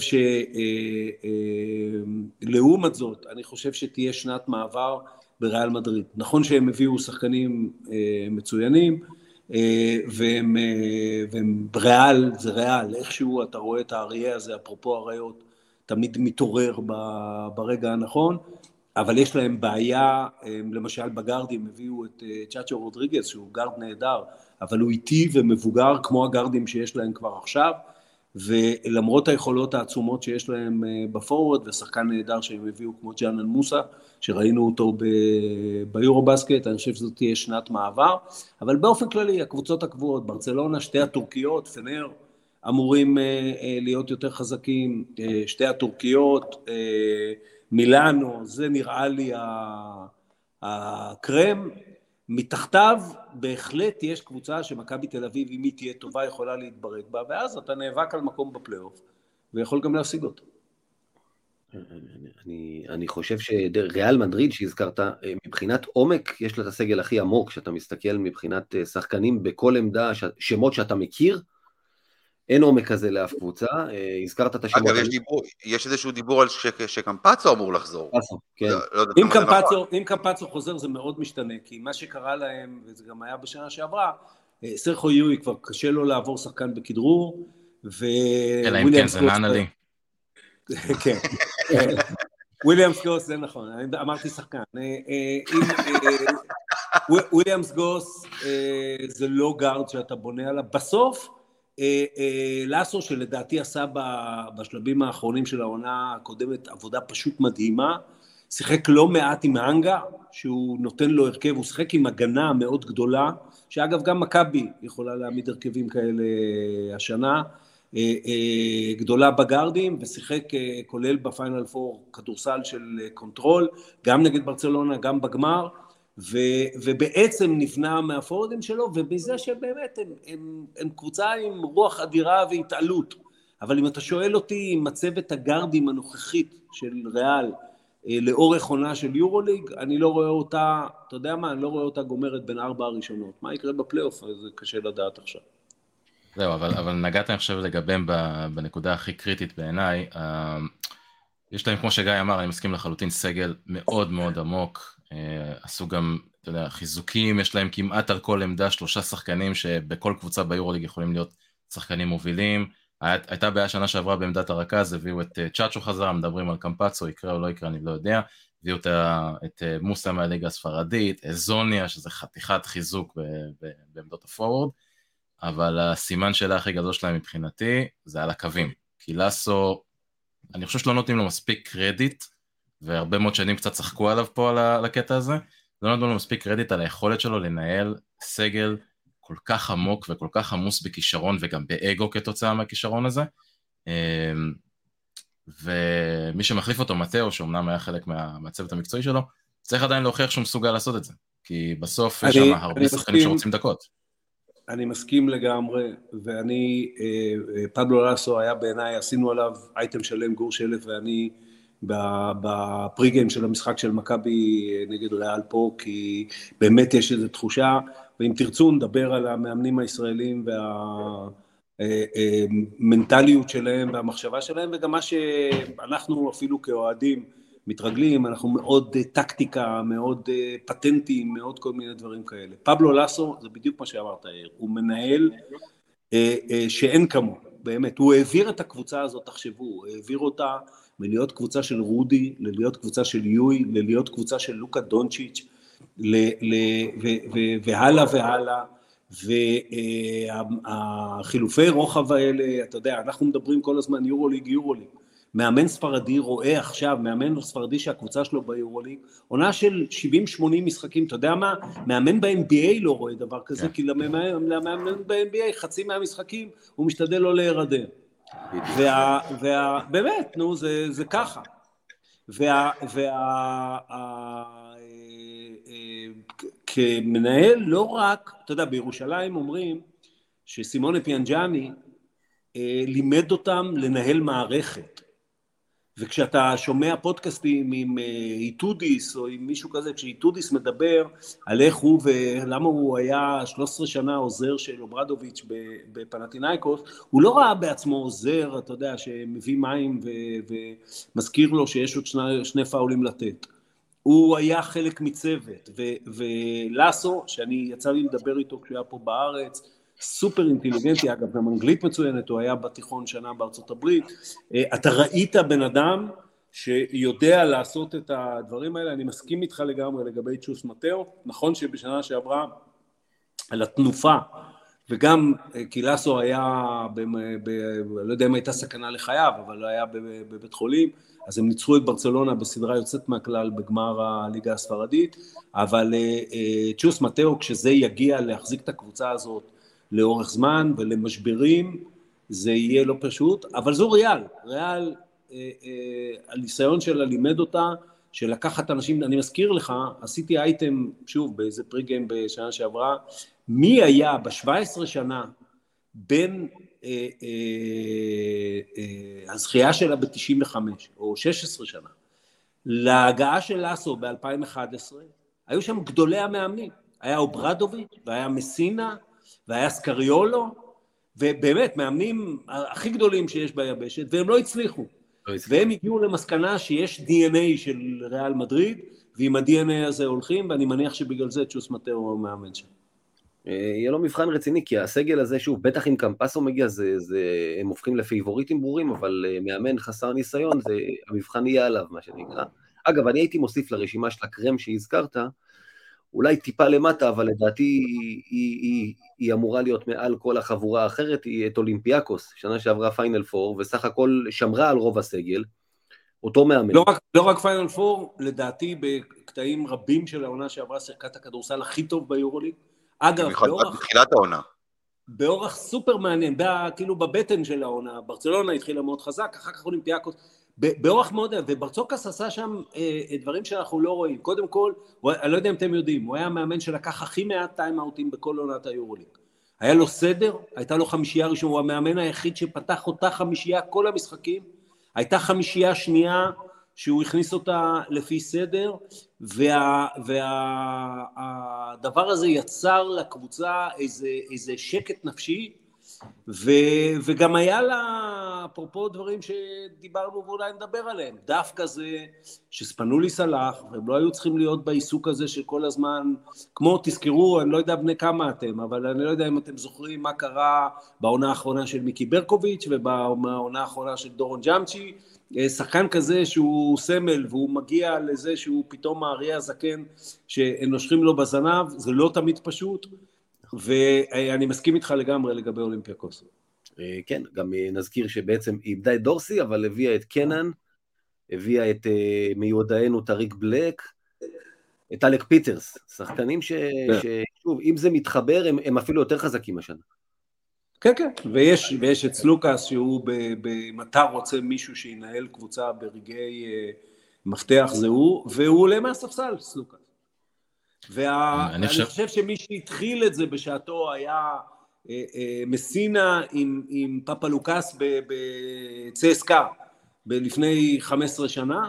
שלעומת זאת, אני חושב שתהיה שנת מעבר בריאל מדריד. נכון שהם הביאו שחקנים מצוינים, והם ריאל, זה ריאל, איכשהו אתה רואה את האריה הזה, אפרופו הראיות, תמיד מתעורר ברגע הנכון, אבל יש להם בעיה, למשל בגרדים הביאו את צ'אצ'ו רודריגז, שהוא גרד נהדר, אבל הוא איטי ומבוגר כמו הגרדים שיש להם כבר עכשיו, ולמרות היכולות העצומות שיש להם בפורוורד, ושחקן נהדר שהם הביאו כמו ג'אנן מוסה, שראינו אותו ביורובסקט, אני חושב שזאת תהיה שנת מעבר, אבל באופן כללי, הקבוצות הקבועות, ברצלונה, שתי הטורקיות, פנר, אמורים להיות יותר חזקים, שתי הטורקיות, מילאנו, זה נראה לי הקרם, מתחתיו בהחלט יש קבוצה שמכבי תל אביב, אם היא תהיה טובה, יכולה להתברג בה, ואז אתה נאבק על מקום בפלייאוף, ויכול גם להשיג אותו. אני חושב שריאל מדריד שהזכרת, מבחינת עומק, יש לה את הסגל הכי עמוק, שאתה מסתכל מבחינת שחקנים בכל עמדה, שמות שאתה מכיר, אין עומק כזה לאף קבוצה, הזכרת את השמות. אגב, יש איזשהו דיבור על שקמפצו אמור לחזור. כן. אם קמפצו חוזר זה מאוד משתנה, כי מה שקרה להם, וזה גם היה בשנה שעברה, סרחו יואי כבר קשה לו לעבור שחקן בכדרור, אלא אם כן זה נענה לי. כן, וויליאמס גוס, זה נכון, אני אמרתי שחקן, וויליאמס גוס זה לא גארד שאתה בונה עליו, בסוף לאסו שלדעתי עשה בשלבים האחרונים של העונה הקודמת עבודה פשוט מדהימה, שיחק לא מעט עם האנגה, שהוא נותן לו הרכב, הוא שיחק עם הגנה מאוד גדולה, שאגב גם מכבי יכולה להעמיד הרכבים כאלה השנה, גדולה בגרדים, ושיחק כולל בפיינל פור כדורסל של קונטרול, גם נגד ברצלונה, גם בגמר, ובעצם נבנה מהפורדים שלו, ובזה שבאמת הם קבוצה עם רוח אדירה והתעלות, אבל אם אתה שואל אותי עם מצבת הגרדים הנוכחית של ריאל, לאורך עונה של יורוליג, אני לא רואה אותה, אתה יודע מה, אני לא רואה אותה גומרת בין 4 הראשונות, מה יקרה בפלייאוף, זה קשה לדעת עכשיו. זהו, אבל נגעת אני חושב לגביהם בנקודה הכי קריטית בעיניי, יש להם, כמו שגיא אמר, אני מסכים לחלוטין, סגל מאוד מאוד עמוק, עשו גם, אתה יודע, חיזוקים, יש להם כמעט על כל עמדה 3 שחקנים שבכל קבוצה ביורוליג יכולים להיות שחקנים מובילים, הייתה בעיה שנה שעברה בעמדת הרכז, הביאו את צ'אצ'ו חזרה, מדברים על קמפצו, יקרה או לא יקרה, אני לא יודע, הביאו את מוסה מהליגה הספרדית, זוניה, שזה חתיכת חיזוק בעמדות הפורוורד, אבל הסימן שלה הכי גדול שלהם מבחינתי, זה על הקווים, כי לאסו, אני חושב שלא נותנים לו מספיק קרדיט, והרבה מאוד שנים קצת צחקו עליו פה על הקטע הזה, לא נותנים לו מספיק קרדיט על היכולת שלו לנהל סגל כל כך עמוק וכל כך עמוס בכישרון וגם באגו כתוצאה מהכישרון הזה, ומי שמחליף אותו מתאו, שאומנם היה חלק מהצוות המקצועי שלו, צריך עדיין להוכיח שהוא מסוגל לעשות את זה, כי בסוף יש שם הרבה שחקנים שרוצים דקות. אני מסכים לגמרי, ואני, פבלו לסו היה בעיניי, עשינו עליו אייטם שלם, גור שלף ואני, בפריגיים של המשחק של מכבי נגד ריאל פה, כי באמת יש איזו תחושה, ואם תרצו נדבר על המאמנים הישראלים והמנטליות שלהם והמחשבה שלהם, וגם מה שאנחנו אפילו כאוהדים מתרגלים, אנחנו מאוד טקטיקה, מאוד פטנטים, מאוד כל מיני דברים כאלה. פבלו לסו, זה בדיוק מה שאמרת, הוא מנהל שאין כמו, באמת, הוא העביר את הקבוצה הזאת, תחשבו, הוא העביר אותה מלהיות קבוצה של רודי, ללהיות קבוצה של יוי, ללהיות קבוצה של לוקה דונצ'יץ', והלאה והלאה, והחילופי רוחב האלה, אתה יודע, אנחנו מדברים כל הזמן יורוליג, מאמן ספרדי רואה עכשיו, מאמן ספרדי שהקבוצה שלו ביורוליג, עונה של 70-80 משחקים, אתה יודע מה? מאמן ב-NBA לא רואה דבר כזה, כי למאמן ב-NBA חצי מהמשחקים הוא משתדל לא להירדם. באמת, נו, זה ככה. כמנהל לא רק, אתה יודע, בירושלים אומרים שסימונה פיאנג'אני לימד אותם לנהל מערכת. וכשאתה שומע פודקאסטים עם איתודיס או עם מישהו כזה, כשאיתודיס מדבר על איך הוא ולמה הוא היה 13 שנה עוזר של אוברדוביץ' בפנתינייקוס, הוא לא ראה בעצמו עוזר, אתה יודע, שמביא מים ומזכיר לו שיש עוד שני פאולים לתת. הוא היה חלק מצוות, ולסו, שאני יצא לי לדבר איתו כשהיה פה בארץ, סופר אינטליגנטי, אגב, גם אנגלית מצוינת, הוא היה בתיכון שנה בארצות הברית, אתה ראית בן אדם שיודע לעשות את הדברים האלה, אני מסכים איתך לגמרי לגבי צ'וס מטאו, נכון שבשנה שעברה על התנופה, וגם כי לסו היה, לא יודע אם הייתה סכנה לחייו, אבל הוא היה בבית חולים, אז הם ניצחו את ברצלונה בסדרה יוצאת מהכלל בגמר הליגה הספרדית, אבל צ'וס מטאו, כשזה יגיע להחזיק את הקבוצה הזאת, לאורך זמן ולמשברים, זה יהיה לא פשוט, אבל זו ריאל, הניסיון שלה לימד אותה, של לקחת אנשים, אני מזכיר לך, עשיתי אייטם, שוב, באיזה פריגיים בשנה שעברה, מי היה ב-17 שנה, בין הזכייה שלה ב-95, או 16 שנה, להגעה של לסו ב-2011, היו שם גדולי המאמנים, היה אוברדוביץ' והיה מסינה, והיה סקריולו, ובאמת, מאמנים הכי גדולים שיש ביבשת, והם לא הצליחו. והם הגיעו למסקנה שיש DNA של ריאל מדריד, ועם ה-DNA הזה הולכים, ואני מניח שבגלל זה צ'וס מטאו הוא מאמן שם. יהיה לו מבחן רציני, כי הסגל הזה, שוב, בטח אם קמפסו מגיע, הם הופכים לפייבוריטים ברורים, אבל מאמן חסר ניסיון, המבחן יהיה עליו, מה שנקרא. אגב, אני הייתי מוסיף לרשימה של הקרם שהזכרת, אולי טיפה למטה, אבל לדעתי היא אמורה להיות מעל כל החבורה האחרת, היא את אולימפיאקוס, שנה שעברה פיינל פור, וסך הכל שמרה על רוב הסגל, אותו מאמן. לא רק פיינל פור, לדעתי בקטעים רבים של העונה שעברה, שיחקת הכדורסל הכי טוב ביורוליג, אגב, בתחילת העונה. באורח סופר מעניין, כאילו בבטן של העונה, ברצלונה התחילה מאוד חזק, אחר כך אולימפיאקוס, באורח מאוד, וברצוקס עשה שם דברים שאנחנו לא רואים. קודם כל, אני לא יודע אם אתם יודעים, הוא היה המאמן שלקח הכי מעט טיים-אוטים בכל עונת היורוליג. היה לו סדר, הייתה לו חמישייה ראשונה, הוא המאמן היחיד שפתח אותה חמישייה כל המשחקים, הייתה חמישייה שנייה שהוא הכניס אותה לפי סדר, והדבר הזה יצר לקבוצה איזה שקט נפשי, וגם היה לה, אפרופו דברים שדיברנו ואולי נדבר עליהם, דווקא זה שספנוליס הלך, והם לא היו צריכים להיות בעיסוק הזה של כל הזמן, כמו תזכרו, אני לא יודע בני כמה אתם, אבל אני לא יודע אם אתם זוכרים מה קרה בעונה האחרונה של מיקי ברקוביץ' ובעונה האחרונה של דורון ג'אמצ'י, שחקן כזה שהוא סמל והוא מגיע לזה שהוא פתאום האריה הזקן שנושכים לו בזנב, זה לא תמיד פשוט, ואני מסכים איתך לגמרי לגבי אולימפיאקוס. כן, גם נזכיר שבעצם היא איבדה את דורסי, אבל הביאה את קנן, הביאה את מיודענו טריק בלק, את אלק פיטרס, שחקנים ששוב, אם זה מתחבר, הם אפילו יותר חזקים השנה. כן, כן, ויש את סלוקאס שהוא אם אתה רוצה מישהו שינהל קבוצה ברגעי מפתח זה הוא, והוא עולה מהספסל, סלוקאס. ואני חושב שמי שהתחיל את זה בשעתו היה מסינה עם פפלוקס בצסקה לפני 15 שנה,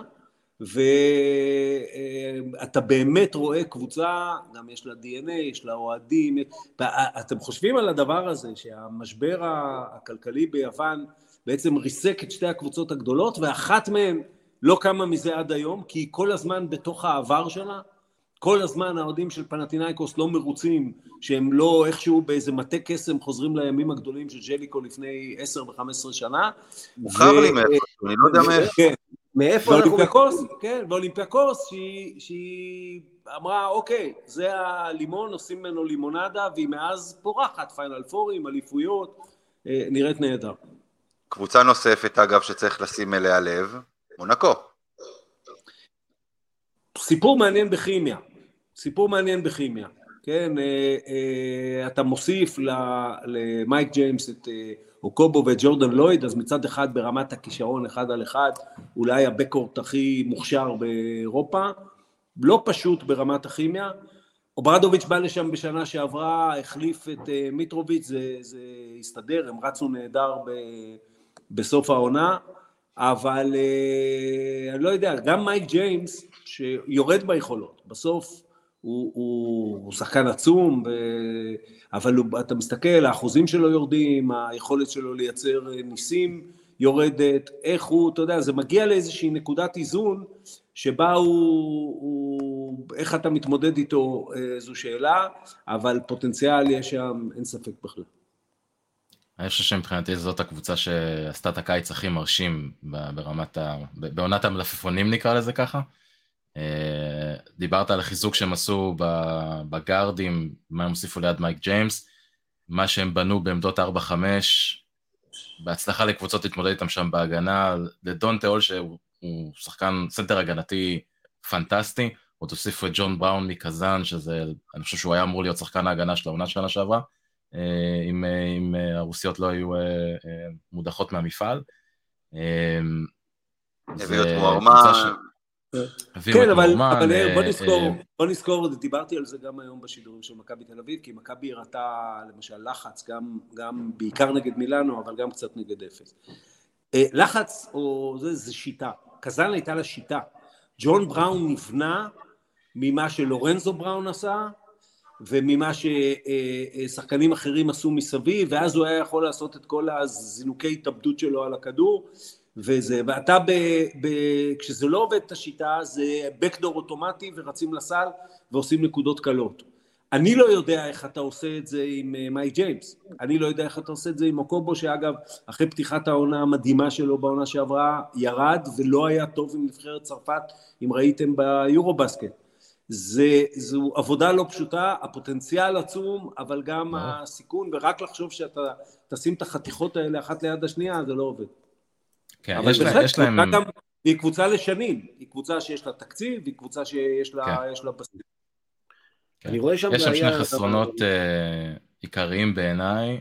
ואתה באמת רואה קבוצה, גם יש לה DNA, יש לה אוהדים, אתם חושבים על הדבר הזה, שהמשבר הכלכלי ביוון בעצם ריסק את שתי הקבוצות הגדולות, ואחת מהן לא קמה מזה עד היום, כי היא כל הזמן בתוך העבר שלה, כל הזמן האוהדים של פנתינייקוס לא מרוצים, שהם לא איכשהו באיזה מטה קסם חוזרים לימים הגדולים של ז'ליקו לפני 10 ו-15 שנה. מוכר לי מאיפה, אני לא יודע מאיפה. כן. מאיפה אנחנו... כן, ואולימפיאקוס שהיא אמרה, אוקיי, זה הלימון, עושים ממנו לימונדה, והיא מאז פורחת, פיינל פורים, אליפויות, נראית נהדר. קבוצה נוספת, אגב, שצריך לשים אליה לב, מונקו. סיפור מעניין בכימיה, כן, אתה מוסיף למייק ג'יימס את אוקובו וג'ורדן לויד, אז מצד אחד ברמת הכישרון 1 על 1, אולי הבקורט הכי מוכשר באירופה, לא פשוט ברמת הכימיה, אוברדוביץ' בא לשם בשנה שעברה, החליף את מיטרוביץ', זה הסתדר, הם רצו נהדר בסוף העונה, אבל אני לא יודע, גם מייק ג'יימס, שיורד ביכולות, בסוף הוא שחקן עצום, אבל אתה מסתכל, האחוזים שלו יורדים, היכולת שלו לייצר ניסים יורדת, איך הוא, אתה יודע, זה מגיע לאיזושהי נקודת איזון, שבה איך אתה מתמודד איתו, זו שאלה, אבל פוטנציאל יש שם, אין ספק בכלל. אני חושב שמבחינתי זאת הקבוצה שעשתה את הקיץ הכי מרשים בעונת המלפפונים נקרא לזה ככה. דיברת על החיזוק שהם עשו בגארדים, מה הם הוסיפו ליד מייק ג'יימס, מה שהם בנו בעמדות 4-5, בהצלחה לקבוצות להתמודד איתם שם בהגנה, לדון תיאול שהוא שחקן סנטר הגנתי פנטסטי, עוד הוסיפו את ג'ון בראון מקזן, שזה, אני חושב שהוא היה אמור להיות שחקן ההגנה של העונה שנה שעברה, אם הרוסיות לא היו מודחות מהמפעל. הביאו את מוערמה. כן, אבל בוא נזכור, דיברתי על זה גם היום בשידורים של מכבי תל אביב, כי מכבי הראתה למשל לחץ, גם בעיקר נגד מילאנו, אבל גם קצת נגד אפס. לחץ, זה שיטה, קזן הייתה לה שיטה, ג'ון בראון נבנה ממה שלורנזו בראון עשה, וממה ששחקנים אחרים עשו מסביב, ואז הוא היה יכול לעשות את כל הזינוקי התאבדות שלו על הכדור, ואתה כשזה לא עובד את השיטה, זה בקדור אוטומטי ורצים לסל ועושים נקודות קלות. אני לא יודע איך אתה עושה את זה עם מייק ג'יימס, אני לא יודע איך אתה עושה את זה עם אוקובו, שאגב, אחרי פתיחת העונה המדהימה שלו בעונה שעברה, ירד ולא היה טוב עם נבחרת צרפת, אם ראיתם ביורובסקט. זו עבודה לא פשוטה, הפוטנציאל עצום, אבל גם הסיכון, ורק לחשוב שאתה תשים את החתיכות האלה אחת ליד השנייה, זה לא עובד. כן, אבל יש להם... היא קבוצה לשנים, היא קבוצה שיש לה תקציב, היא קבוצה שיש לה בסיס. אני רואה שם... יש שם שני חסרונות עיקריים בעיניי,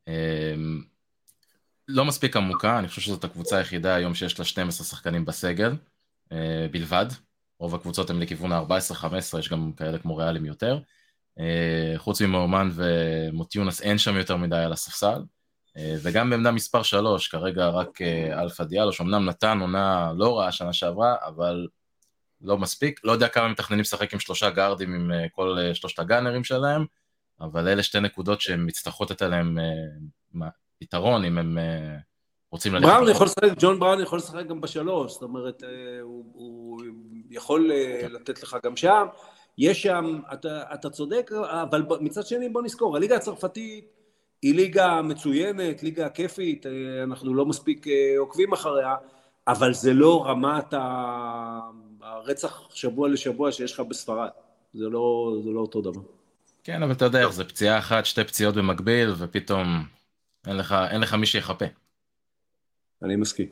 לא מספיק עמוקה, אני חושב שזאת הקבוצה היחידה היום שיש לה 12 שחקנים בסגל, בלבד, רוב הקבוצות הן לכיוון ה-14-15, יש גם כאלה כמו ריאלים יותר, חוץ ממאומן ומוטיונס אין שם יותר מדי על הספסל, וגם בעמדה מספר 3, כרגע רק אלפה דיאלו, שאומנם נתן עונה לא רעה שנה שעברה, אבל לא מספיק, לא יודע כמה מתכננים לשחק עם 3 גארדים עם כל 3 הגאנרים שלהם, אבל אלה 2 נקודות שהן מצטרכות את עליהם פתרון, אם הם רוצים ללכת. ג'ון בראון יכול לשחק גם ב3, זאת אומרת, הוא יכול לתת לך גם שם, יש שם, אתה צודק, אבל מצד שני בוא נזכור, הליגה הצרפתית היא ליגה מצוינת, ליגה כיפית, אנחנו לא מספיק עוקבים אחריה, אבל זה לא רמת הרצח שבוע לשבוע שיש לך בספרד, זה לא אותו דבר. כן, אבל אתה יודע איך, זה פציעה אחת, 2 פציעות במקביל, ופתאום אין לך מי שיחפה. אני מסכים.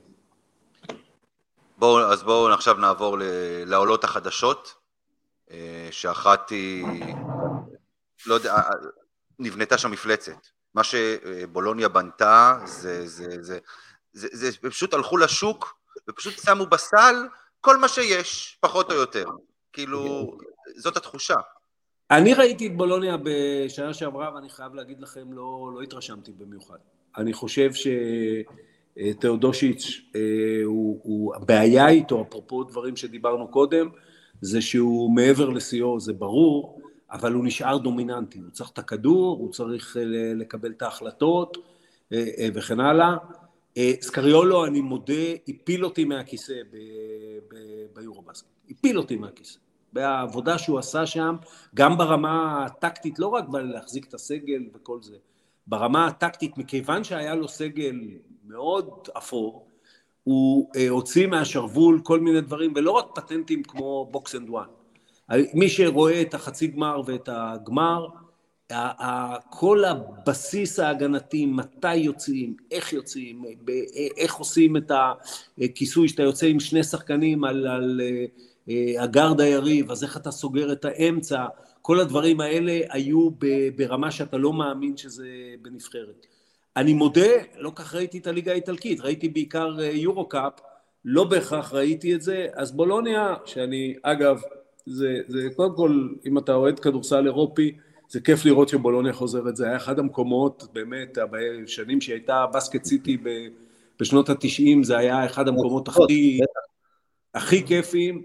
אז בואו עכשיו נעבור לעולות החדשות, שאחת היא, לא יודע, נבנתה שם מפלצת. מה שבולוניה בנתה, זה פשוט הלכו לשוק, ופשוט שמו בסל כל מה שיש, פחות או יותר. כאילו, זאת התחושה. אני ראיתי את בולוניה בשנה שעברה, ואני חייב להגיד לכם, לא התרשמתי במיוחד. אני חושב שתאודושיץ', הבעיה איתו, אפרופו דברים שדיברנו קודם, זה שהוא מעבר לשיאו, זה ברור, אבל הוא נשאר דומיננטי. הוא צריך את הכדור, הוא צריך לקבל את ההחלטות, וכן הלאה. סקריולו, אני מודה, הפיל אותי מהכיסא ביורובסקט. הפיל אותי מהכיסא. בעבודה שהוא עשה שם, גם ברמה הטקטית, לא רק להחזיק את הסגל וכל זה, ברמה הטקטית, מכיוון שהיה לו סגל מאוד אפור, הוא הוציא מהשרוול כל מיני דברים, ולא רק פטנטים כמו בוקס אנד וואן. מי שרואה את החצי גמר ואת הגמר, כל הבסיס ההגנתי, מתי יוצאים, איך עושים את הכיסוי, שאתה יוצא עם שני שחקנים על הגארד היריב, אז איך אתה סוגר את האמצע, כל הדברים האלה היו ברמה שאתה לא מאמין שזה בנבחרת. אני מודה, לא כך ראיתי את הליגה האיטלקית, ראיתי בעיקר יורו-קאפ, לא בהכרח ראיתי את זה, אז בולוניה, שאני אגב, זה קודם כל, אם אתה אוהד כדורסל אירופי, זה כיף לראות שבולוניה חוזרת, זה היה אחד המקומות, באמת, בשנים שהייתה בסקט סיטי בשנות ה-90, זה היה אחד המקומות הכי כיפים,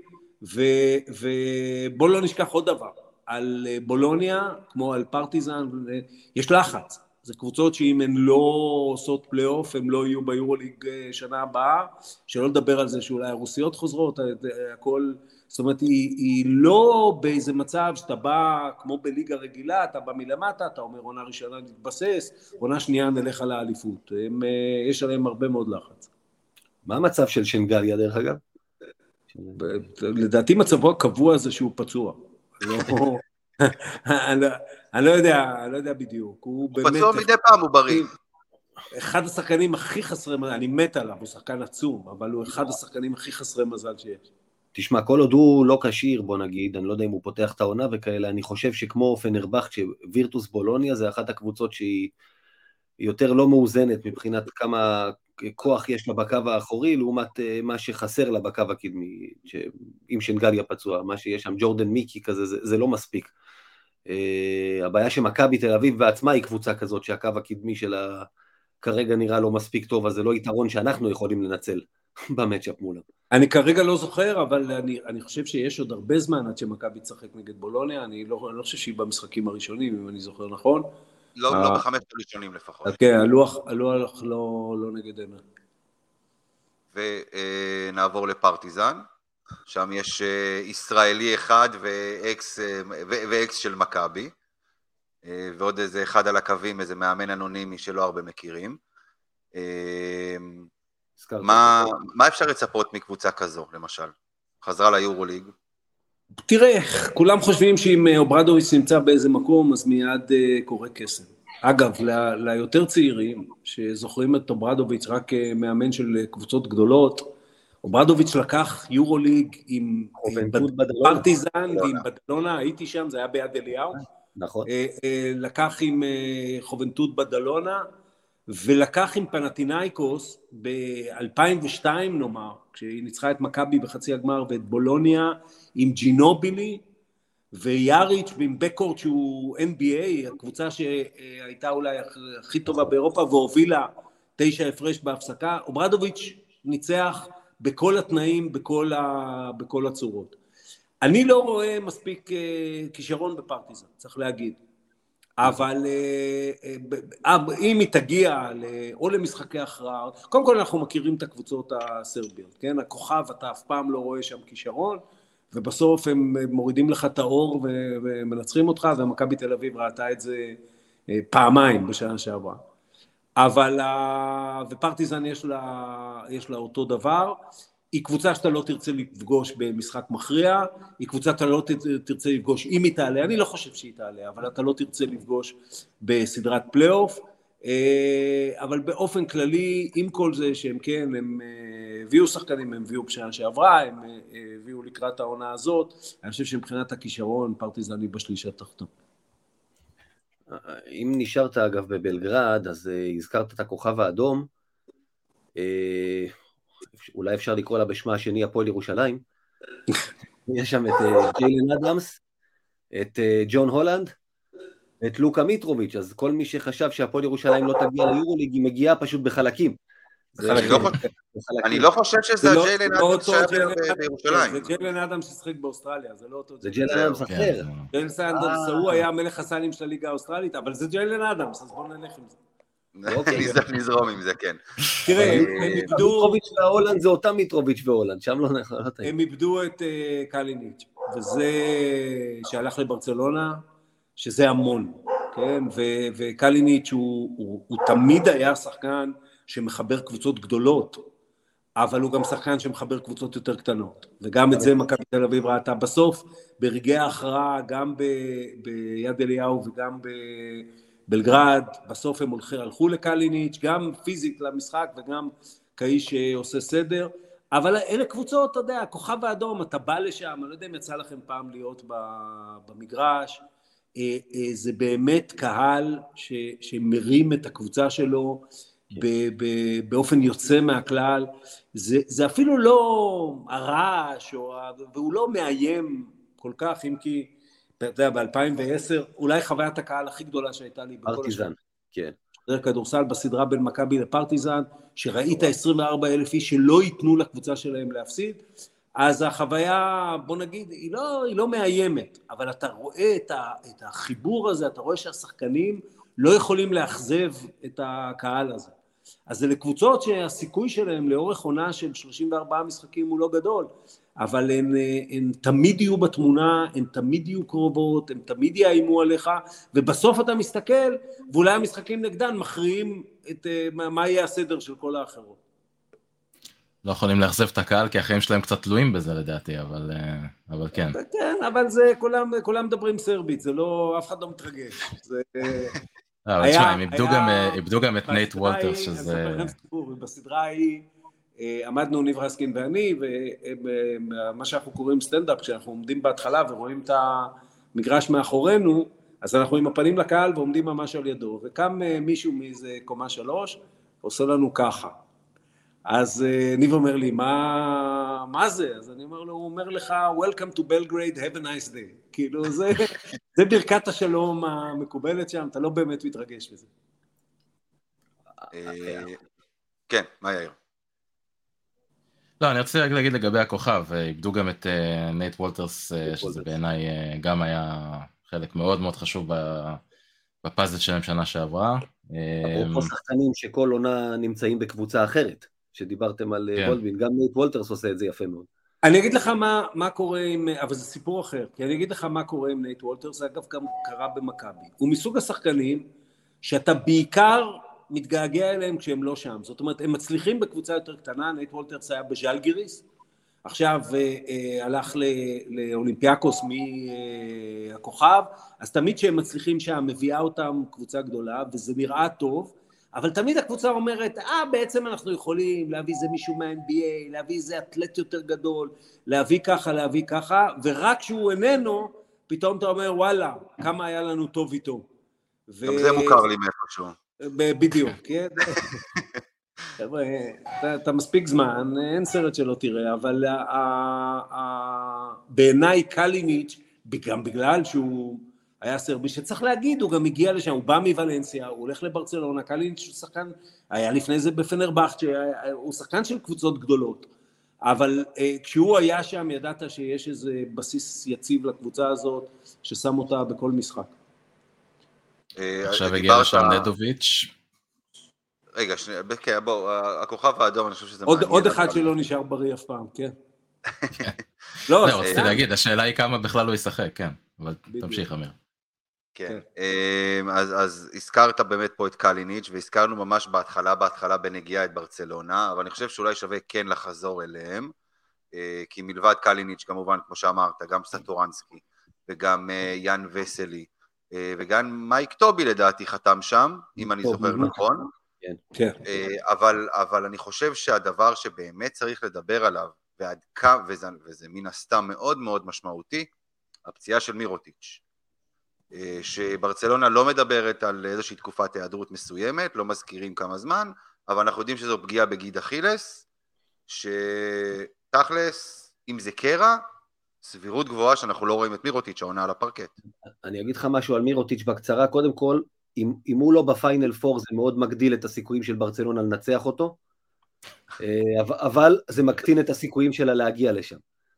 ובוא לא נשכח עוד דבר, על בולוניה, כמו על פרטיזן, יש לחץ, זה קבוצות שאם הן לא עושות פלייאוף, הן לא יהיו ביורוליג שנה הבאה, שלא לדבר על זה שאולי הרוסיות חוזרות, הכל, זאת אומרת, היא לא באיזה מצב שאתה בא, כמו בליגה רגילה, אתה בא מלמטה, אתה אומר, עונה ראשונה נתבסס, עונה שנייה נלך על האליפות, יש עליהם הרבה מאוד לחץ. מה המצב של שנגליה דרך אגב? לדעתי מצבו הקבוע זה שהוא פצוע. אני לא יודע בדיוק. הוא פצוע מדי פעם, הוא בריא. אחד השחקנים הכי חסרי מזל, אני מת עליו, הוא שחקן עצום, אבל הוא אחד השחקנים הכי חסרי מזל שיש. תשמע, כל עוד הוא לא קשיר, בוא נגיד, אני לא יודע אם הוא פותח את העונה וכאלה, אני חושב שכמו פנרבכט, שווירטוס בולוניה זה אחת הקבוצות שהיא יותר לא מאוזנת מבחינת כמה כוח יש לה בקו האחורי, לעומת מה שחסר לה בקו הקדמי, עם שנגליה פצוע, מה שיש שם, ג'ורדן מיקי כזה, זה לא מספיק. הבעיה שמכבי תל אביב בעצמה היא קבוצה כזאת, שהקו הקדמי שלה כרגע נראה לא מספיק טוב, אז זה לא יתרון שאנחנו יכולים לנצל במצ'אפ מולה. אני כרגע לא זוכר, אבל אני חושב שיש עוד הרבה זמן עד שמכבי תשחק נגד בולוניה, אני לא חושב שהיא במשחקים הראשונים, אם אני זוכר נכון. לא בחמש הראשונים לפחות. כן, הלוח לא נגדנו. ונעבור לפרטיזן, שם יש ישראלי אחד ואקס של מכבי, ועוד איזה אחד על הקווים, איזה מאמן אנונימי שלא הרבה מכירים. מה אפשר לצפות מקבוצה כזו, למשל? חזרה ליורוליג? תראה, כולם חושבים שאם אוברדוביץ' נמצא באיזה מקום, אז מיד קורה קסם. אגב, ליותר צעירים, שזוכרים את אוברדוביץ' רק מאמן של קבוצות גדולות, אוברדוביץ' לקח יורוליג עם פרטיזן ועם בדלונה, הייתי שם, זה היה ביד אליהו. נכון. לקח עם חובנטות בדלונה, ולקח עם פנתינייקוס ב-2002 נאמר, כשהיא ניצחה את מכבי בחצי הגמר ואת בולוניה עם ג'ינובילי ויאריץ' עם בקורט שהוא NBA, הקבוצה שהייתה אולי הכי טובה באירופה והובילה 9 הפרש בהפסקה. אוברדוביץ' ניצח בכל התנאים, בכל הצורות. אני לא רואה מספיק כישרון בפרטיזן, צריך להגיד. אבל אם היא תגיע או למשחקי הכרעה, קודם כל אנחנו מכירים את הקבוצות הסרביות, כן? הכוכב אתה אף פעם לא רואה שם כישרון, ובסוף הם מורידים לך את האור ומנצחים אותך, ומכבי תל אביב ראתה את זה פעמיים בשנה שעברה. אבל, ופרטיזן יש לה אותו דבר, היא קבוצה שאתה לא תרצה לפגוש במשחק מכריע, היא קבוצה שאתה לא תרצה לפגוש אם היא תעלה, אני לא חושב שהיא תעלה, אבל אתה לא תרצה לפגוש בסדרת פלייאוף, אבל באופן כללי, עם כל זה שהם כן, הם הביאו שחקנים, הם הביאו בשנה שעברה, הם הביאו לקראת העונה הזאת, אני חושב שמבחינת הכישרון, פרטיזן היא בשליש התחתון. אם נשארת אגב בבלגרד, אז הזכרת את הכוכב האדום, אולי אפשר לקרוא לה בשמה השני הפועל ירושלים, יש שם את ג'יילן אדמס, את ג'ון הולנד, את לוקה מיטרוביץ', אז כל מי שחשב שהפועל ירושלים לא תגיע ליורוליג, היא מגיעה פשוט בחלקים. אני לא חושב שזה ג'יילן אדמס שהיה בירושלים. זה ג'יילן אדמס ששחק באוסטרליה, זה לא אותו זה ג'יילן אדמס אחר. ג'יילן אדמס, הוא היה מלך הסלים של הליגה האוסטרלית, אבל זה ג'יילן אדמס, אז בואו נלך עם זה. נזרום עם זה, כן. תראה, הם איבדו... מיטרוביץ' והולנד זה אותם מיטרוביץ' והולנד, שם לא נכון. הם איבדו את קליניץ', וזה שהלך לברצלונה, שזה המון, כן? וקליניץ' הוא תמיד היה שחקן שמחבר קבוצות גדולות, אבל הוא גם שחקן שמחבר קבוצות יותר קטנות, וגם את זה מכבי תל אביב ראתה בסוף, ברגעי ההכרעה, גם ביד אליהו וגם בבלגרד, בסוף הם הלכו לקליניץ', גם פיזית למשחק וגם כאיש שעושה סדר, אבל אלה קבוצות, אתה יודע, הכוכב האדום, אתה בא לשם, אני לא יודע אם יצא לכם פעם להיות במגרש, זה באמת קהל שמרים את הקבוצה שלו באופן יוצא מהכלל, זה אפילו לא הרעש, והוא לא מאיים כל כך, אם כי, אתה יודע, ב-2010, אולי חוויית הקהל הכי גדולה שהייתה לי. פרטיזן, כן. כדורסל בסדרה בין מכבי לפרטיזן, שראית 24,000 איש שלא ייתנו לקבוצה שלהם להפסיד, אז החוויה, בוא נגיד, היא לא מאיימת, אבל אתה רואה את החיבור הזה, אתה רואה שהשחקנים לא יכולים לאכזב את הקהל הזה. אז זה לקבוצות שהסיכוי שלהם לאורך עונה של 34 משחקים הוא לא גדול, אבל הן תמיד יהיו בתמונה, הן תמיד יהיו קרובות, הן תמיד יאיימו עליך, ובסוף אתה מסתכל, ואולי המשחקים נגדן מכריעים את מה יהיה הסדר של כל האחרות. לא יכולים לאכזב את הקהל, כי החיים שלהם קצת תלויים בזה לדעתי, אבל כן. כן, אבל זה, כולם מדברים סרבית, זה לא, אף אחד לא מתרגש. אבל תשמע, הם איבדו גם את נייט וולטרס, שזה... בסדרה ההיא, עמדנו ניב רסקין ואני, ומה שאנחנו קוראים סטנדאפ, כשאנחנו עומדים בהתחלה ורואים את המגרש מאחורינו, אז אנחנו עם הפנים לקהל ועומדים ממש על ידו, וקם מישהו מאיזה קומה 3, עושה לנו ככה. אז ניב אומר לי, מה זה? אז אני אומר לו, הוא אומר לך, Welcome to Belgrade, have a nice day. כאילו, זה ברכת השלום המקובלת שם, אתה לא באמת מתרגש בזה. כן, מה יאיר? לא, אני רוצה להגיד לגבי הכוכב, איבדו גם את נייט וולטרס, שזה בעיניי גם היה חלק מאוד מאוד חשוב בפאזל שלהם שנה שעברה. אפרופו שחקנים שכל עונה נמצאים בקבוצה אחרת. שדיברתם על וולבין, גם נייט וולטרס עושה את זה יפה מאוד. אני אגיד לך מה קורה עם, אבל זה סיפור אחר, כי אני אגיד לך מה קורה עם נייט וולטרס, זה אגב גם קרה במכבי. הוא מסוג השחקנים שאתה בעיקר מתגעגע אליהם כשהם לא שם. זאת אומרת, הם מצליחים בקבוצה יותר קטנה, נייט וולטרס היה בז'לגיריס, עכשיו הלך לאולימפיאקוס מהכוכב, אז תמיד שהם מצליחים שם, מביאה אותם קבוצה גדולה, וזה נראה טוב, אבל תמיד הקבוצה אומרת, בעצם אנחנו יכולים להביא איזה מישהו מה-NBA, להביא איזה אתלט יותר גדול, להביא ככה, ורק שהוא איננו, פתאום אתה אומר, וואלה, כמה היה לנו טוב איתו. גם זה מוכר לי מאיפשהו. בדיוק, כן? אתה מספיק זמן, אין סרט שלא תראה, אבל בעיניי קליניץ', גם בגלל שהוא היה סרבי שצריך להגיד, הוא גם הגיע לשם, הוא בא מוולנסיה, הוא הולך לברצלונה, קליניץ' הוא שחקן, היה לפני זה בפנרבכט, הוא שחקן של קבוצות גדולות, אבל כשהוא היה שם ידעת שיש איזה בסיס יציב לקבוצה הזאת, ששם אותה בכל משחק. עכשיו הגיע לשם נדוביץ'. רגע, בוא, הכוכב האדום, אני חושב שזה מעניין. עוד אחד שלא נשאר בריא אף פעם, כן. לא, רציתי להגיד, השאלה היא כמה בכלל הוא ישחק, כן, אבל תמשיך אמיר. כן, אז הזכרת באמת פה את קליניץ' והזכרנו ממש בהתחלה בנגיעה את ברצלונה, אבל אני חושב שאולי שווה כן לחזור אליהם, כי מלבד קליניץ' כמובן, כמו שאמרת, גם סטורנסקי וגם יאן וסלי, וגם מייק טובי לדעתי חתם שם, אם אני זוכר נכון, אבל אני חושב שהדבר שבאמת צריך לדבר עליו, וזה מן הסתם מאוד מאוד משמעותי, הפציעה של מירוטיץ'. שברצלונה לא מדברת על איזושהי תקופת היעדרות מסוימת, לא מזכירים כמה זמן, אבל אנחנו יודעים שזו פגיעה בגיד אכילס, שתכלס, אם זה קרע, סבירות גבוהה שאנחנו לא רואים את מירוטיץ' העונה על הפרקט. אני אגיד לך משהו על מירוטיץ' בקצרה, קודם כל, אם הוא לא בפיינל פור, זה מאוד מגדיל את הסיכויים של ברצלונה לנצח אותו, אבל זה מקטין את הסיכויים שלה להגיע לשם.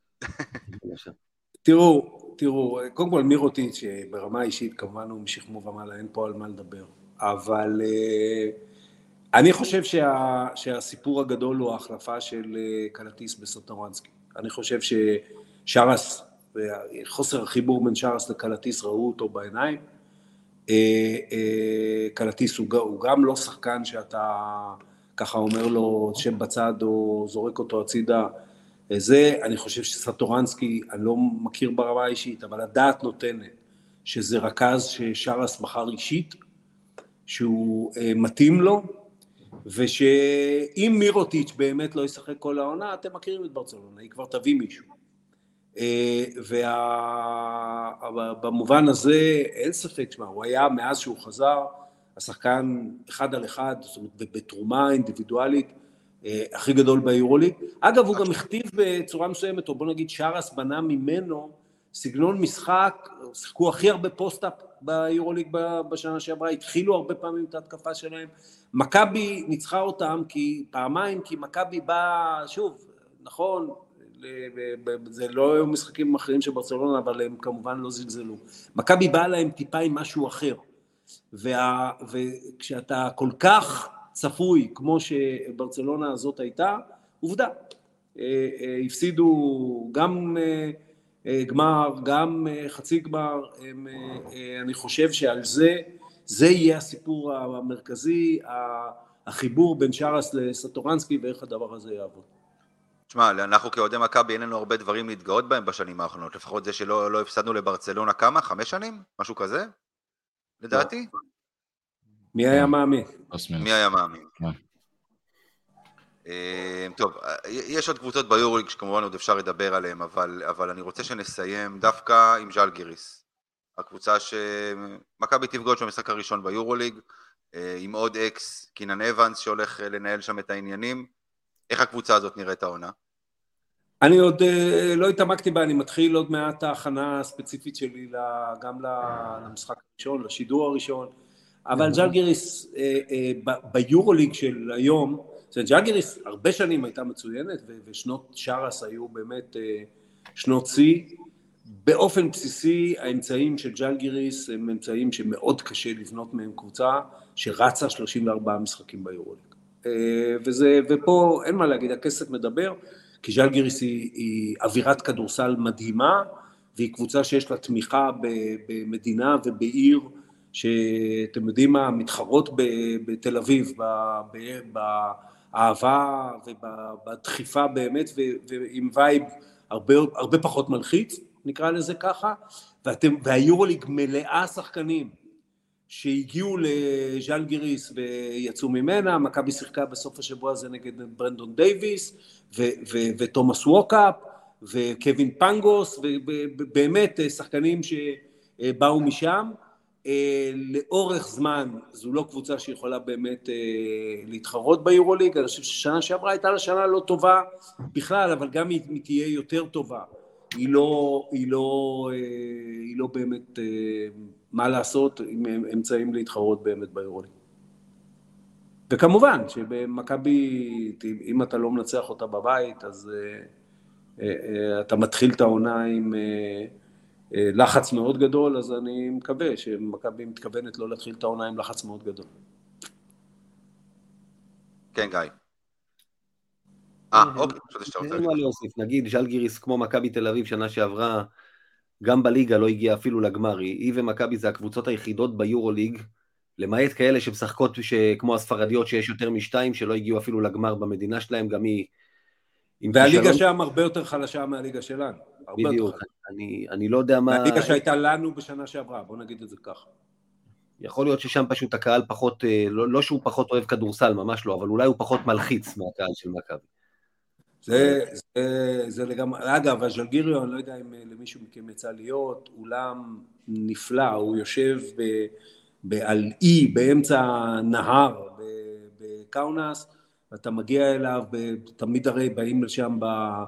תראו, קודם כל מירוטיץ' ברמה אישית, כמובן הוא משכמו ומעלה, אין פה על מה לדבר, אבל אני חושב שהסיפור הגדול הוא ההחלפה של קלטיס בסטורנסקי. אני חושב ששרס, חוסר החיבור בין שרס לקלטיס ראו אותו בעיניים, קלטיס הוא גם לא שחקן שאתה ככה אומר לו שם בצד או זורק אותו הצידה, זה אני חושב שסטורנסקי, אני לא מכיר ברמה האישית, אבל הדעת נותנת שזה רכז ששרס בחר אישית, שהוא מתאים לו, ושאם מירוטיץ' באמת לא ישחק כל העונה, אתם מכירים את ברצלונה, היא כבר תביא מישהו. ובמובן הזה אין ספק, הוא היה מאז שהוא חזר, השחקן אחד על אחד, זאת אומרת, בתרומה אינדיבידואלית, הכי גדול ביורוליג. אגב, הוא גם הכתיב בצורה מסוימת, או בוא נגיד שרס בנה ממנו, סגנון משחק, שיחקו הכי הרבה פוסט-אפ ביורוליג בשנה שעברה, התחילו הרבה פעמים את ההתקפה שלהם. מכבי ניצחה אותם פעמיים, כי מכבי באה, שוב, נכון, זה לא היו משחקים אחרים של ברצלונה, אבל הם כמובן לא זלזלו. מכבי באה להם טיפה עם משהו אחר, וכשאתה כל כך צפוי, כמו שברצלונה הזאת הייתה, עובדה, הפסידו גם גמר, גם חצי גמר, אני חושב שעל זה יהיה הסיפור המרכזי, החיבור בין שרס לסטורנסקי, ואיך הדבר הזה יעבוד. תשמע, אנחנו כאוהדי מכבי אין לנו הרבה דברים להתגאות בהם בשנים האחרונות, לפחות זה שלא הפסדנו לברצלונה כמה? 5 שנים? משהו כזה? לדעתי? מי היה מאמין? מי היה מאמין? טוב, יש עוד קבוצות ביורוליג שכמובן עוד אפשר לדבר עליהן, אבל אני רוצה שנסיים דווקא עם ז'לגיריס, הקבוצה שמכבי תפגוש במשחק הראשון ביורוליג, עם עוד אקס, קינן אבנס שהולך לנהל שם את העניינים. איך הקבוצה הזאת נראית העונה? אני עוד לא התעמקתי בה, אני מתחיל עוד מעט ההכנה הספציפית שלי גם למשחק הראשון, לשידור הראשון, אבל ז'לגיריס ביורוליג של היום, ז'לגיריס הרבה שנים הייתה מצוינת, ושנות שרס היו באמת שנות שיא. באופן בסיסי האמצעים של ז'לגיריס הם אמצעים שמאוד קשה לבנות מהם קבוצה שרצה 34 משחקים ביורוליג. ופה אין מה להגיד, הכסף מדבר, כי ז'לגיריס היא אווירת כדורסל מדהימה, והיא קבוצה שיש לה תמיכה במדינה ובעיר, שאתם יודעים מה, מתחרות בתל אביב, באהבה ובדחיפה באמת, ועם וייב הרבה פחות מלחיץ, נקרא לזה ככה, והיורוליג מלאה שחקנים, שהגיעו לז'לגיריס ויצאו ממנה, מכבי שיחקה בסוף השבוע הזה נגד ברנדון דייביס, ותומאס ווקאפ, וקווין פנגוס, ובאמת שחקנים שבאו משם, לאורך זמן, זו לא קבוצה שיכולה באמת להתחרות ביורוליג, אני חושב ששנה שעברה הייתה לה שנה לא טובה בכלל, אבל גם היא תהיה יותר טובה, היא לא באמת מה לעשות עם אמצעים להתחרות באמת ביורוליג. וכמובן שבמכבי, אם אתה לא מנצח אותה בבית, אז אתה מתחיל את העונה עם לחץ מאוד גדול, אז אני מקווה שמכבי מתכוונת לא להתחיל את העונה עם לחץ מאוד גדול. כן, גיא. אוקיי, חשבתי שאתה רוצה להוסיף. נגיד, ז'לגיריס כמו מכבי תל אביב שנה שעברה, גם בליגה לא הגיעה אפילו לגמר, היא ומכבי זה הקבוצות היחידות ביורוליג, למעט כאלה שמשחקות כמו הספרדיות שיש יותר משתיים, שלא הגיעו אפילו לגמר במדינה שלהם, גם היא... והליגה שם הרבה יותר חלשה מהליגה שלנו. בדיוק, אני לא יודע מה... הליגה שהייתה לנו בשנה שעברה, בוא נגיד את זה ככה. יכול להיות ששם פשוט הקהל פחות, לא שהוא פחות אוהב כדורסל, ממש לא, אבל אולי הוא פחות מלחיץ מהקהל של מכבי. זה לגמרי, אגב, הז'לגיריו, אני לא יודע אם למישהו מכם יצא להיות, אולם נפלא, הוא יושב על אי באמצע נהר בקאונס, ואתה מגיע אליו, תמיד הרי באים לשם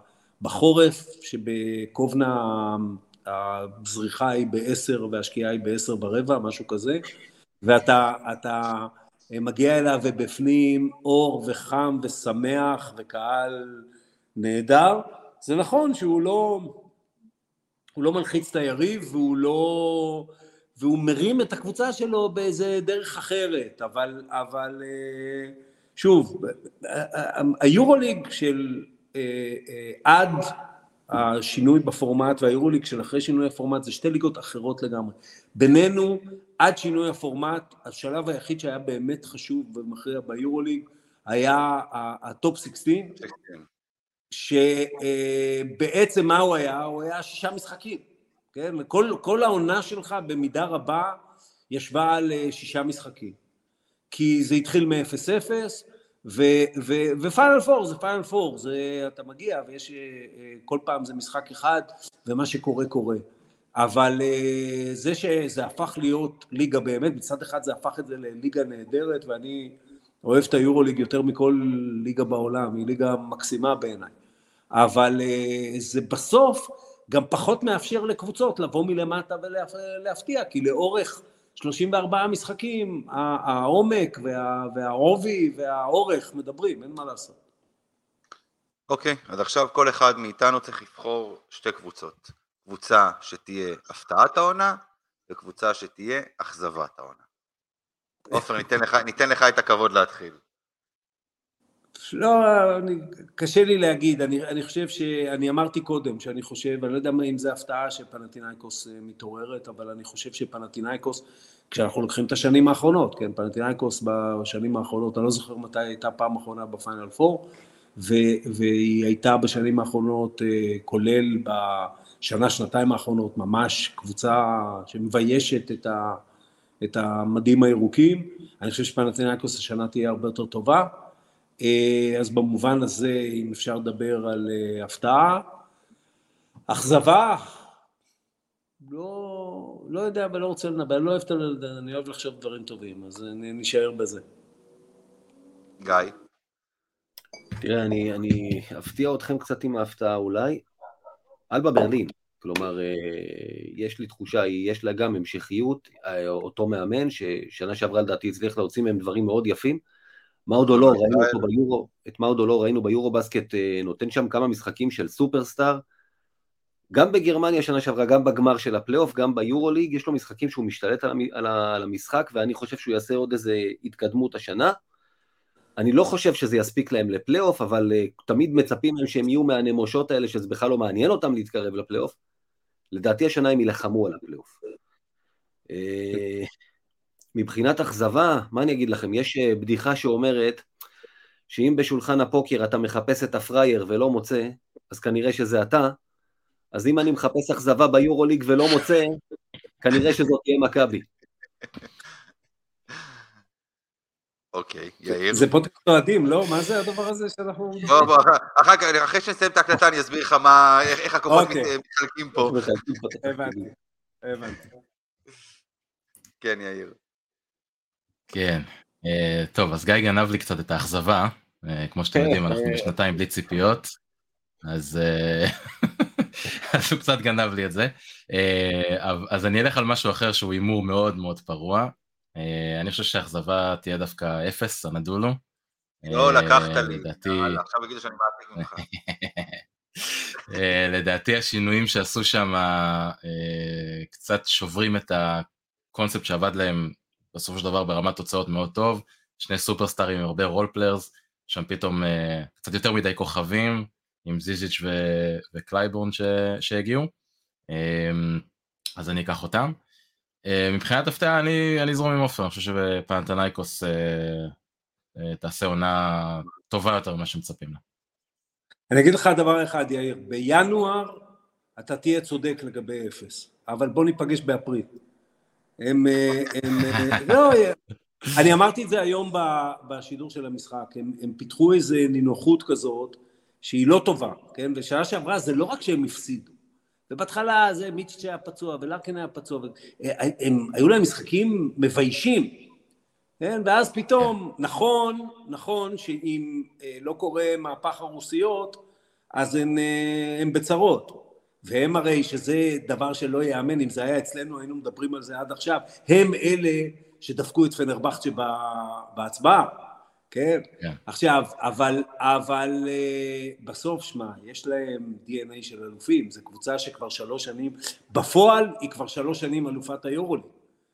בחורף, שבקובנה הזריחה היא ב-10 והשקיעה היא ב-10:15, משהו כזה, ואתה מגיע אליו ובפנים אור וחם ושמח וקהל נהדר. זה נכון שהוא לא מלחיץ את היריב, והוא מרים את הקבוצה שלו באיזה דרך אחרת, אבל שוב, היורוליג של עד השינוי בפורמט והיורוליג של אחרי שינוי הפורמט זה שתי ליגות אחרות לגמרי. בינינו, עד שינוי הפורמט, השלב היחיד שהיה באמת חשוב ומכריע ביורוליג היה הטופ 16, שבעצם מה הוא היה? הוא היה 6 משחקים. כן? כל העונה שלך במידה רבה ישבה על 6 משחקים. כי זה התחיל מ-0-0, ופיינל פור זה פיינל פור, אתה מגיע ויש כל פעם זה משחק אחד ומה שקורה קורה. אבל זה שזה הפך להיות ליגה באמת, בצד אחד זה הפך את זה לליגה נהדרת, ואני אוהב את היורוליג יותר מכל ליגה בעולם, היא ליגה מקסימה בעיניי. אבל זה בסוף גם פחות מאפשר לקבוצות לבוא מלמטה ולהפתיע, כי לאורך 34 משחקים, העומק והעובי והאורך מדברים, אין מה לעשות. אוקיי, אז עכשיו כל אחד מאיתנו צריך לבחור 2 קבוצות. קבוצה שתהיה הפתעת העונה, וקבוצה שתהיה אכזבת העונה. עופר, ניתן לך את הכבוד להתחיל. לא, קשה לי להגיד, אני חושב שאני אמרתי קודם, שאני חושב, אני לא יודע אם זה הפתעה שפנתינייקוס מתעוררת, אבל אני חושב שפנתינייקוס, כשאנחנו לוקחים את השנים האחרונות, כן, פנתינייקוס בשנים האחרונות, אני לא זוכר מתי הייתה פעם אחרונה בפיינל פור, והיא הייתה בשנים האחרונות, כולל בשנה, שנתיים האחרונות, ממש קבוצה שמביישת את המדים הירוקים. אני חושב שפנתינייקוס השנה תהיה הרבה יותר טובה, אז במובן הזה, אם אפשר לדבר על הפתעה, אכזבה, לא יודע ולא רוצה לנבא, אני אוהב לחשוב דברים טובים, אז אני נשאר בזה. גיא? תראה, אני אפתיע אתכם קצת עם ההפתעה אולי, אלבה ברלין, כלומר, יש לי תחושה, יש לה גם המשכיות, אותו מאמן, ששנה שעברה לדעתי הצליח להוציא מהם דברים מאוד יפים, את מאודולו ראינו ביורו בסקט, נותן שם כמה משחקים של סופרסטאר, גם בגרמניה שנה שעברה, גם בגמר של הפלייאוף, גם ביורוליג, יש לו משחקים שהוא משתלט על המשחק, ואני חושב שהוא יעשה עוד איזה התקדמות השנה. אני לא חושב שזה יספיק להם לפלייאוף, אבל תמיד מצפים להם שהם יהיו מהנמושות האלה, שזה בכלל לא מעניין אותם להתקרב לפלייאוף. לדעתי השנה הם ילחמו על הפלייאוף. מבחינת אכזבה, מה אני אגיד לכם? יש בדיחה שאומרת, שאם בשולחן הפוקר אתה מחפש את הפרייר ולא מוצא, אז כנראה שזה אתה, אז אם אני מחפש אכזבה ביורוליג ולא מוצא, כנראה שזאת תהיה מכבי. אוקיי, יאיר. זה פודקאסט אוהדים, לא? מה זה הדבר הזה שאנחנו... בוא, אחרי שנסיים את ההקלטה אני אסביר לך איך הכוחות מתחלקים פה. הבנתי. כן, יאיר. כן, טוב, אז גיא גנב לי קצת את האכזבה, כמו שאתם יודעים, אנחנו בשנתיים בלי ציפיות, אז הוא קצת גנב לי את זה, אז אני אלך על משהו אחר שהוא אימור מאוד מאוד פרוע, אני חושב שהאכזבה תהיה דווקא 0, הנדולו. לא, לקחת לי, עכשיו יגידו שאני מעתיק ממך. לדעתי השינויים שעשו שם קצת שוברים את הקונספט שעבד להם בסופו של דבר ברמת תוצאות מאוד טוב, 2 סופרסטארים עם הרבה רול פליירס, שם פתאום קצת יותר מדי כוכבים, עם זיז'יץ' וקלייבורן שהגיעו, אז אני אקח אותם. מבחינת הפתעה אני אזרום עם עופר, אני חושב שפנתינייקוס תעשה עונה טובה יותר ממה שמצפים לה. אני אגיד לך דבר אחד, יאיר, בינואר אתה תהיה צודק לגבי 0, אבל בוא ניפגש באפריל. לא, אני אמרתי את זה היום בשידור של המשחק, הם פיתחו איזו נינוחות כזאת, שהיא לא טובה, כן? ושנה שעברה זה לא רק שהם הפסידו, ובהתחלה זה מיץ' היה פצוע, ולארקן היה פצוע, היו להם משחקים מביישים, כן? ואז פתאום, נכון שאם לא קורה מהפך הרוסיות, אז הם בצרות. והם הרי שזה דבר שלא יאמן, אם זה היה אצלנו היינו מדברים על זה עד עכשיו, הם אלה שדפקו את פנרבחצ'ה בהצבעה, כן? עכשיו, אבל בסוף שמה, יש להם DNA של אלופים, זו קבוצה שכבר 3 שנים, בפועל היא כבר 3 שנים אלופת היורוליג,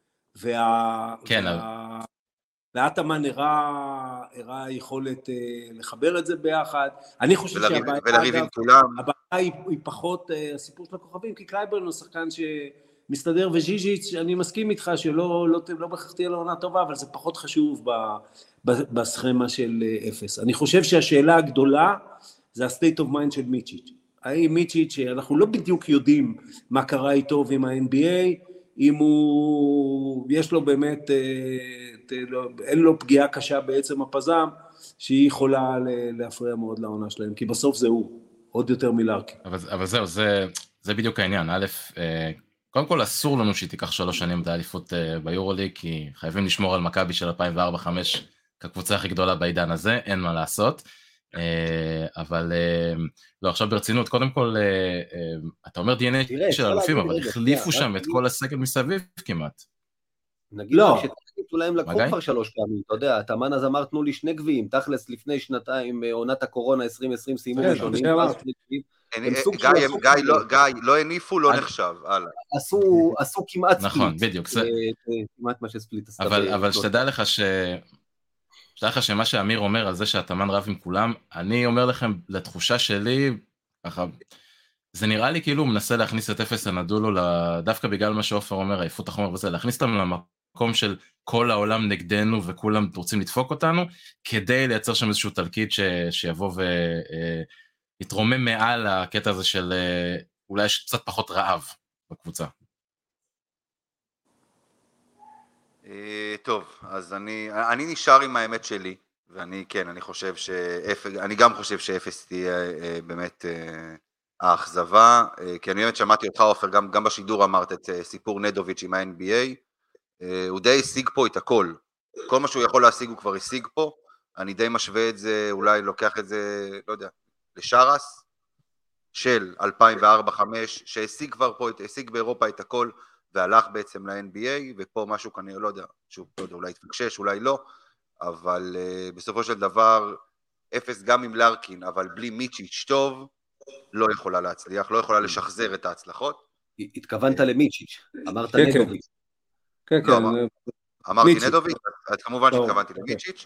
והאטמן הראה יכולת לחבר את זה ביחד. אני חושב שהבעיה היא פחות הסיפור של הכוכבים, כי קלייברן הוא שחקן שמסתדר, וז'יז'יץ' אני מסכים איתך שלא בכך תהיה לו עונה טובה, אבל זה פחות חשוב בסכמה של 0. אני חושב שהשאלה הגדולה זה ה-state of mind של מיצ'יץ'. האם מיצ'יץ', שאנחנו לא בדיוק יודעים מה קרה איתו ועם ה-NBA, אם יש לו באמת, אין לו פגיעה קשה בעצם הפזם, שהיא יכולה להפריע מאוד לעונה שלהם, כי בסוף זה הוא, עוד יותר מלארקין. אבל זהו, זה בדיוק העניין. א', קודם כל אסור לנו שהיא תיקח 3 שנים באליפות ביורוליג, כי חייבים לשמור על מכבי של 2004-2005 כקבוצה הכי גדולה בעידן הזה, אין מה לעשות. אבל לא, עכשיו ברצינות, קודם כל אתה אומר DNA של אלופים, אבל החליפו שם את כל הסגל מסביב כמעט. נגיד שתחליטו להם לקחו כבר 3 פעמים, אתה יודע, התאמן אז אמר תנו לי 2 גביעים, תכלס לפני שנתיים עונת הקורונה 2020 סיימו ראשונים, גיא, לא הניפו, לא נחשב, הלאה. עשו כמעט ספליט. נכון, בדיוק. כמעט מה שספליט עשתה. אבל שתדע לך שמה שאמיר אומר על זה שהתאמן רב עם כולם, אני אומר לכם, לתחושה שלי, ככה, זה נראה לי כאילו הוא מנסה להכניס את 0 הנדולו, דווקא בגלל מה שאופר אומר, עייפות החומר וזה, להכניס אותם למקום של כל העולם נגדנו וכולם רוצים לדפוק אותנו, כדי לייצר שם איזשהו תלקיד שיבוא ויתרומם מעל הקטע הזה של אולי יש קצת פחות רעב בקבוצה. טוב, אז אני נשאר עם האמת שלי, ואני חושב אני גם חושב שאפס תהיה באמת האכזבה, כי אני באמת שמעתי אותך אופר, גם בשידור אמרת את סיפור נדוביץ' עם ה-NBA, הוא די השיג פה את הכל, כל מה שהוא יכול להשיג הוא כבר השיג פה, אני די משווה את זה, אולי לוקח את זה, לא יודע, לשרס, של 2004-2005, שהשיג כבר פה, השיג באירופה את הכל, והלך בעצם ל-NBA, ופה משהו כנראה, לא יודע, שוב, לא יודע, אולי התפקשש, אולי לא, אבל בסופו של דבר, 0 גם עם לארקין, אבל בלי מיצ'יץ' טוב, לא יכולה להצליח, לא יכולה לשחזר את ההצלחות. התכוונת למיצ'יץ', אמרת נדוביץ'. כן, כן. אמרתי נדוביץ', אז כמובן שהתכוונתי למיצ'יץ'.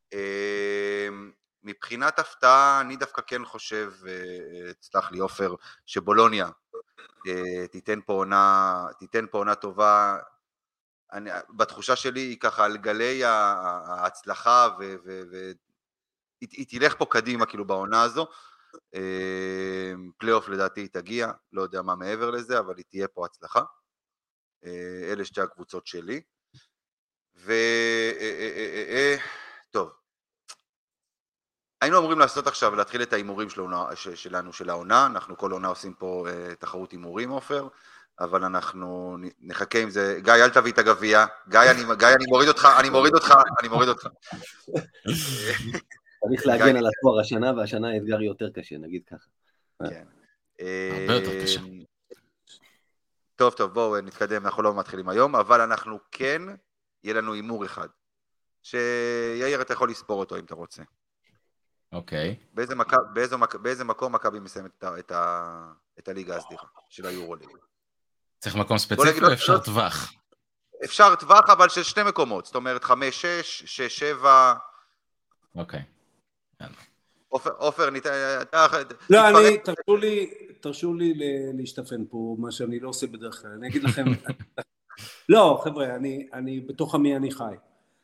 מבחינת הפתעה, אני דווקא כן חושב, תסלח לי אופר, שבולוניה, תיתן פה עונה טובה, בתחושה שלי היא ככה על גלי ההצלחה, והיא תלך פה קדימה כאילו בעונה הזו, פלייאוף לדעתי היא תגיע, לא יודע מה מעבר לזה, אבל היא תהיה פה הצלחה, אלה 2 הקבוצות שלי, טוב, היינו אמורים לעשות עכשיו, להתחיל את האימורים שלנו של העונה, אנחנו כל עונה עושים פה תחרות אימורים, אופר, אבל אנחנו נחכה עם זה, גיא, אל תביא את הגביע, גיא, אני מוריד אותך. צריך להגן על התואר השנה, והשנה האתגר יותר קשה, נגיד ככה. כן. הרבה יותר קשה. טוב, בואו נתקדם, אנחנו לא מתחילים היום, אבל אנחנו כן, יהיה לנו אימור אחד, שיאיר אתה יכול לספור אותו אם אתה רוצה. אוקיי. באיזה מקום מכבי מסיים את הליגה הסדירה של היורוליג? צריך מקום ספציפי או אפשר טווח? אפשר טווח, אבל של 2 מקומות, זאת אומרת 5-6, 6-7. אוקיי. עופר, לא, תרשו לי להשתפן פה, מה שאני לא עושה בדרך כלל, אני אגיד לכם, לא, חבר'ה, אני בתוך עמי אני חי.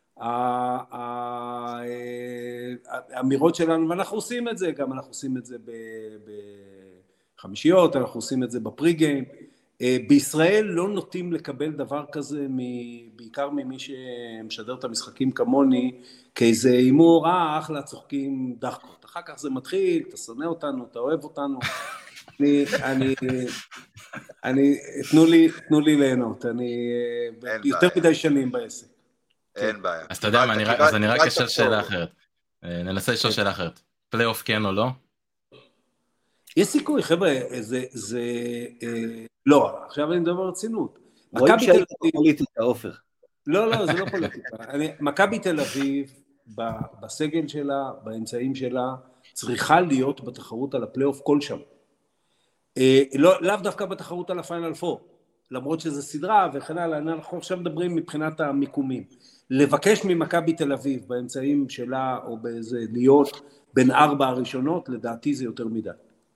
האמירות שלנו, ואנחנו עושים את זה, גם אנחנו עושים את זה בחמישיות, אנחנו עושים את זה בפרי-גיים, בישראל לא נוטים לקבל דבר כזה, בעיקר ממי שמשדר את המשחקים כמוני, כאיזה אימור, אחלה, צוחקים דחקות, אחר כך זה מתחיל, אתה שונא אותנו, אתה אוהב אותנו, תנו לי ליהנות, אני יותר מדי שנים בעסק. אין בעיה. אז אתה יודע מה, אז אני רק אשאל שאלה אחרת. ננסה לשאול שאלה אחרת. פלייאוף כן או לא? יש סיכוי, חבר'ה, לא, עכשיו אני מדבר רצינות. רואים שהיית פוליטיקה, עופר. לא, זה לא פוליטיקה. מכבי תל אביב, בסגל שלה, באמצעים שלה, צריכה להיות בתחרות על הפלייאוף כל שם. לאו דווקא בתחרות על הפיינל 4, למרות שזה סדרה וכן הלאה, אנחנו עכשיו מדברים מבחינת המיקומים. לבקש ממכבי תל אביב באמצעים שלה, או באיזה להיות בין 4 הראשונות, לדעתי זה יותר מדי.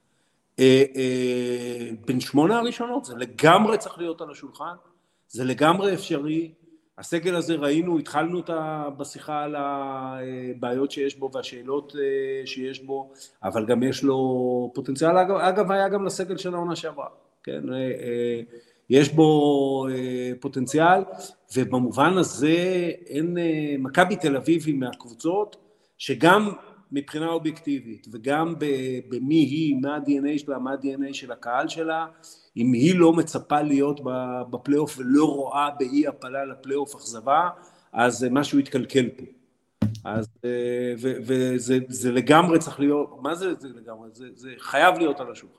בין 8 הראשונות, זה לגמרי צריך להיות על השולחן, זה לגמרי אפשרי, הסגל הזה ראינו, התחלנו בשיחה על הבעיות שיש בו והשאלות שיש בו, אבל גם יש לו פוטנציאל, אגב היה גם לסגל של העונה שעברה, כן? יש בו פוטנציאל, ובמובן הזה אין, מכבי תל אביב היא מהקבוצות, שגם מבחינה אובייקטיבית, וגם במי היא, מה ה-DNA שלה, מה ה-DNA של הקהל שלה, אם היא לא מצפה להיות בפלייאוף ולא רואה באי הפלה לפלייאוף אכזבה, אז משהו יתקלקל פה. אז, וזה לגמרי צריך להיות, מה זה לגמרי? זה חייב להיות על השולחן.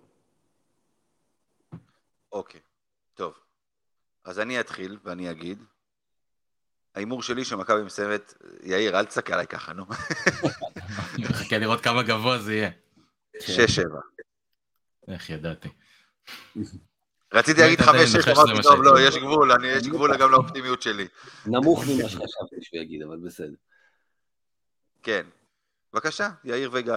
אוקיי, טוב. אז אני אתחיל ואני אגיד, האימור שלי שמכבי מסיימת, יאיר, אל תסתכל עליי ככה, נו. אני מחכה לראות כמה גבוה זה יהיה. 6-7. איך ידעתי. רציתי להגיד 5-6, אמרתי, טוב, לא, יש גבול, יש גבול גם לאופטימיות שלי. נמוך ממה שחשבתי שהוא יגיד, אבל בסדר. כן. בבקשה, יאיר וגיא.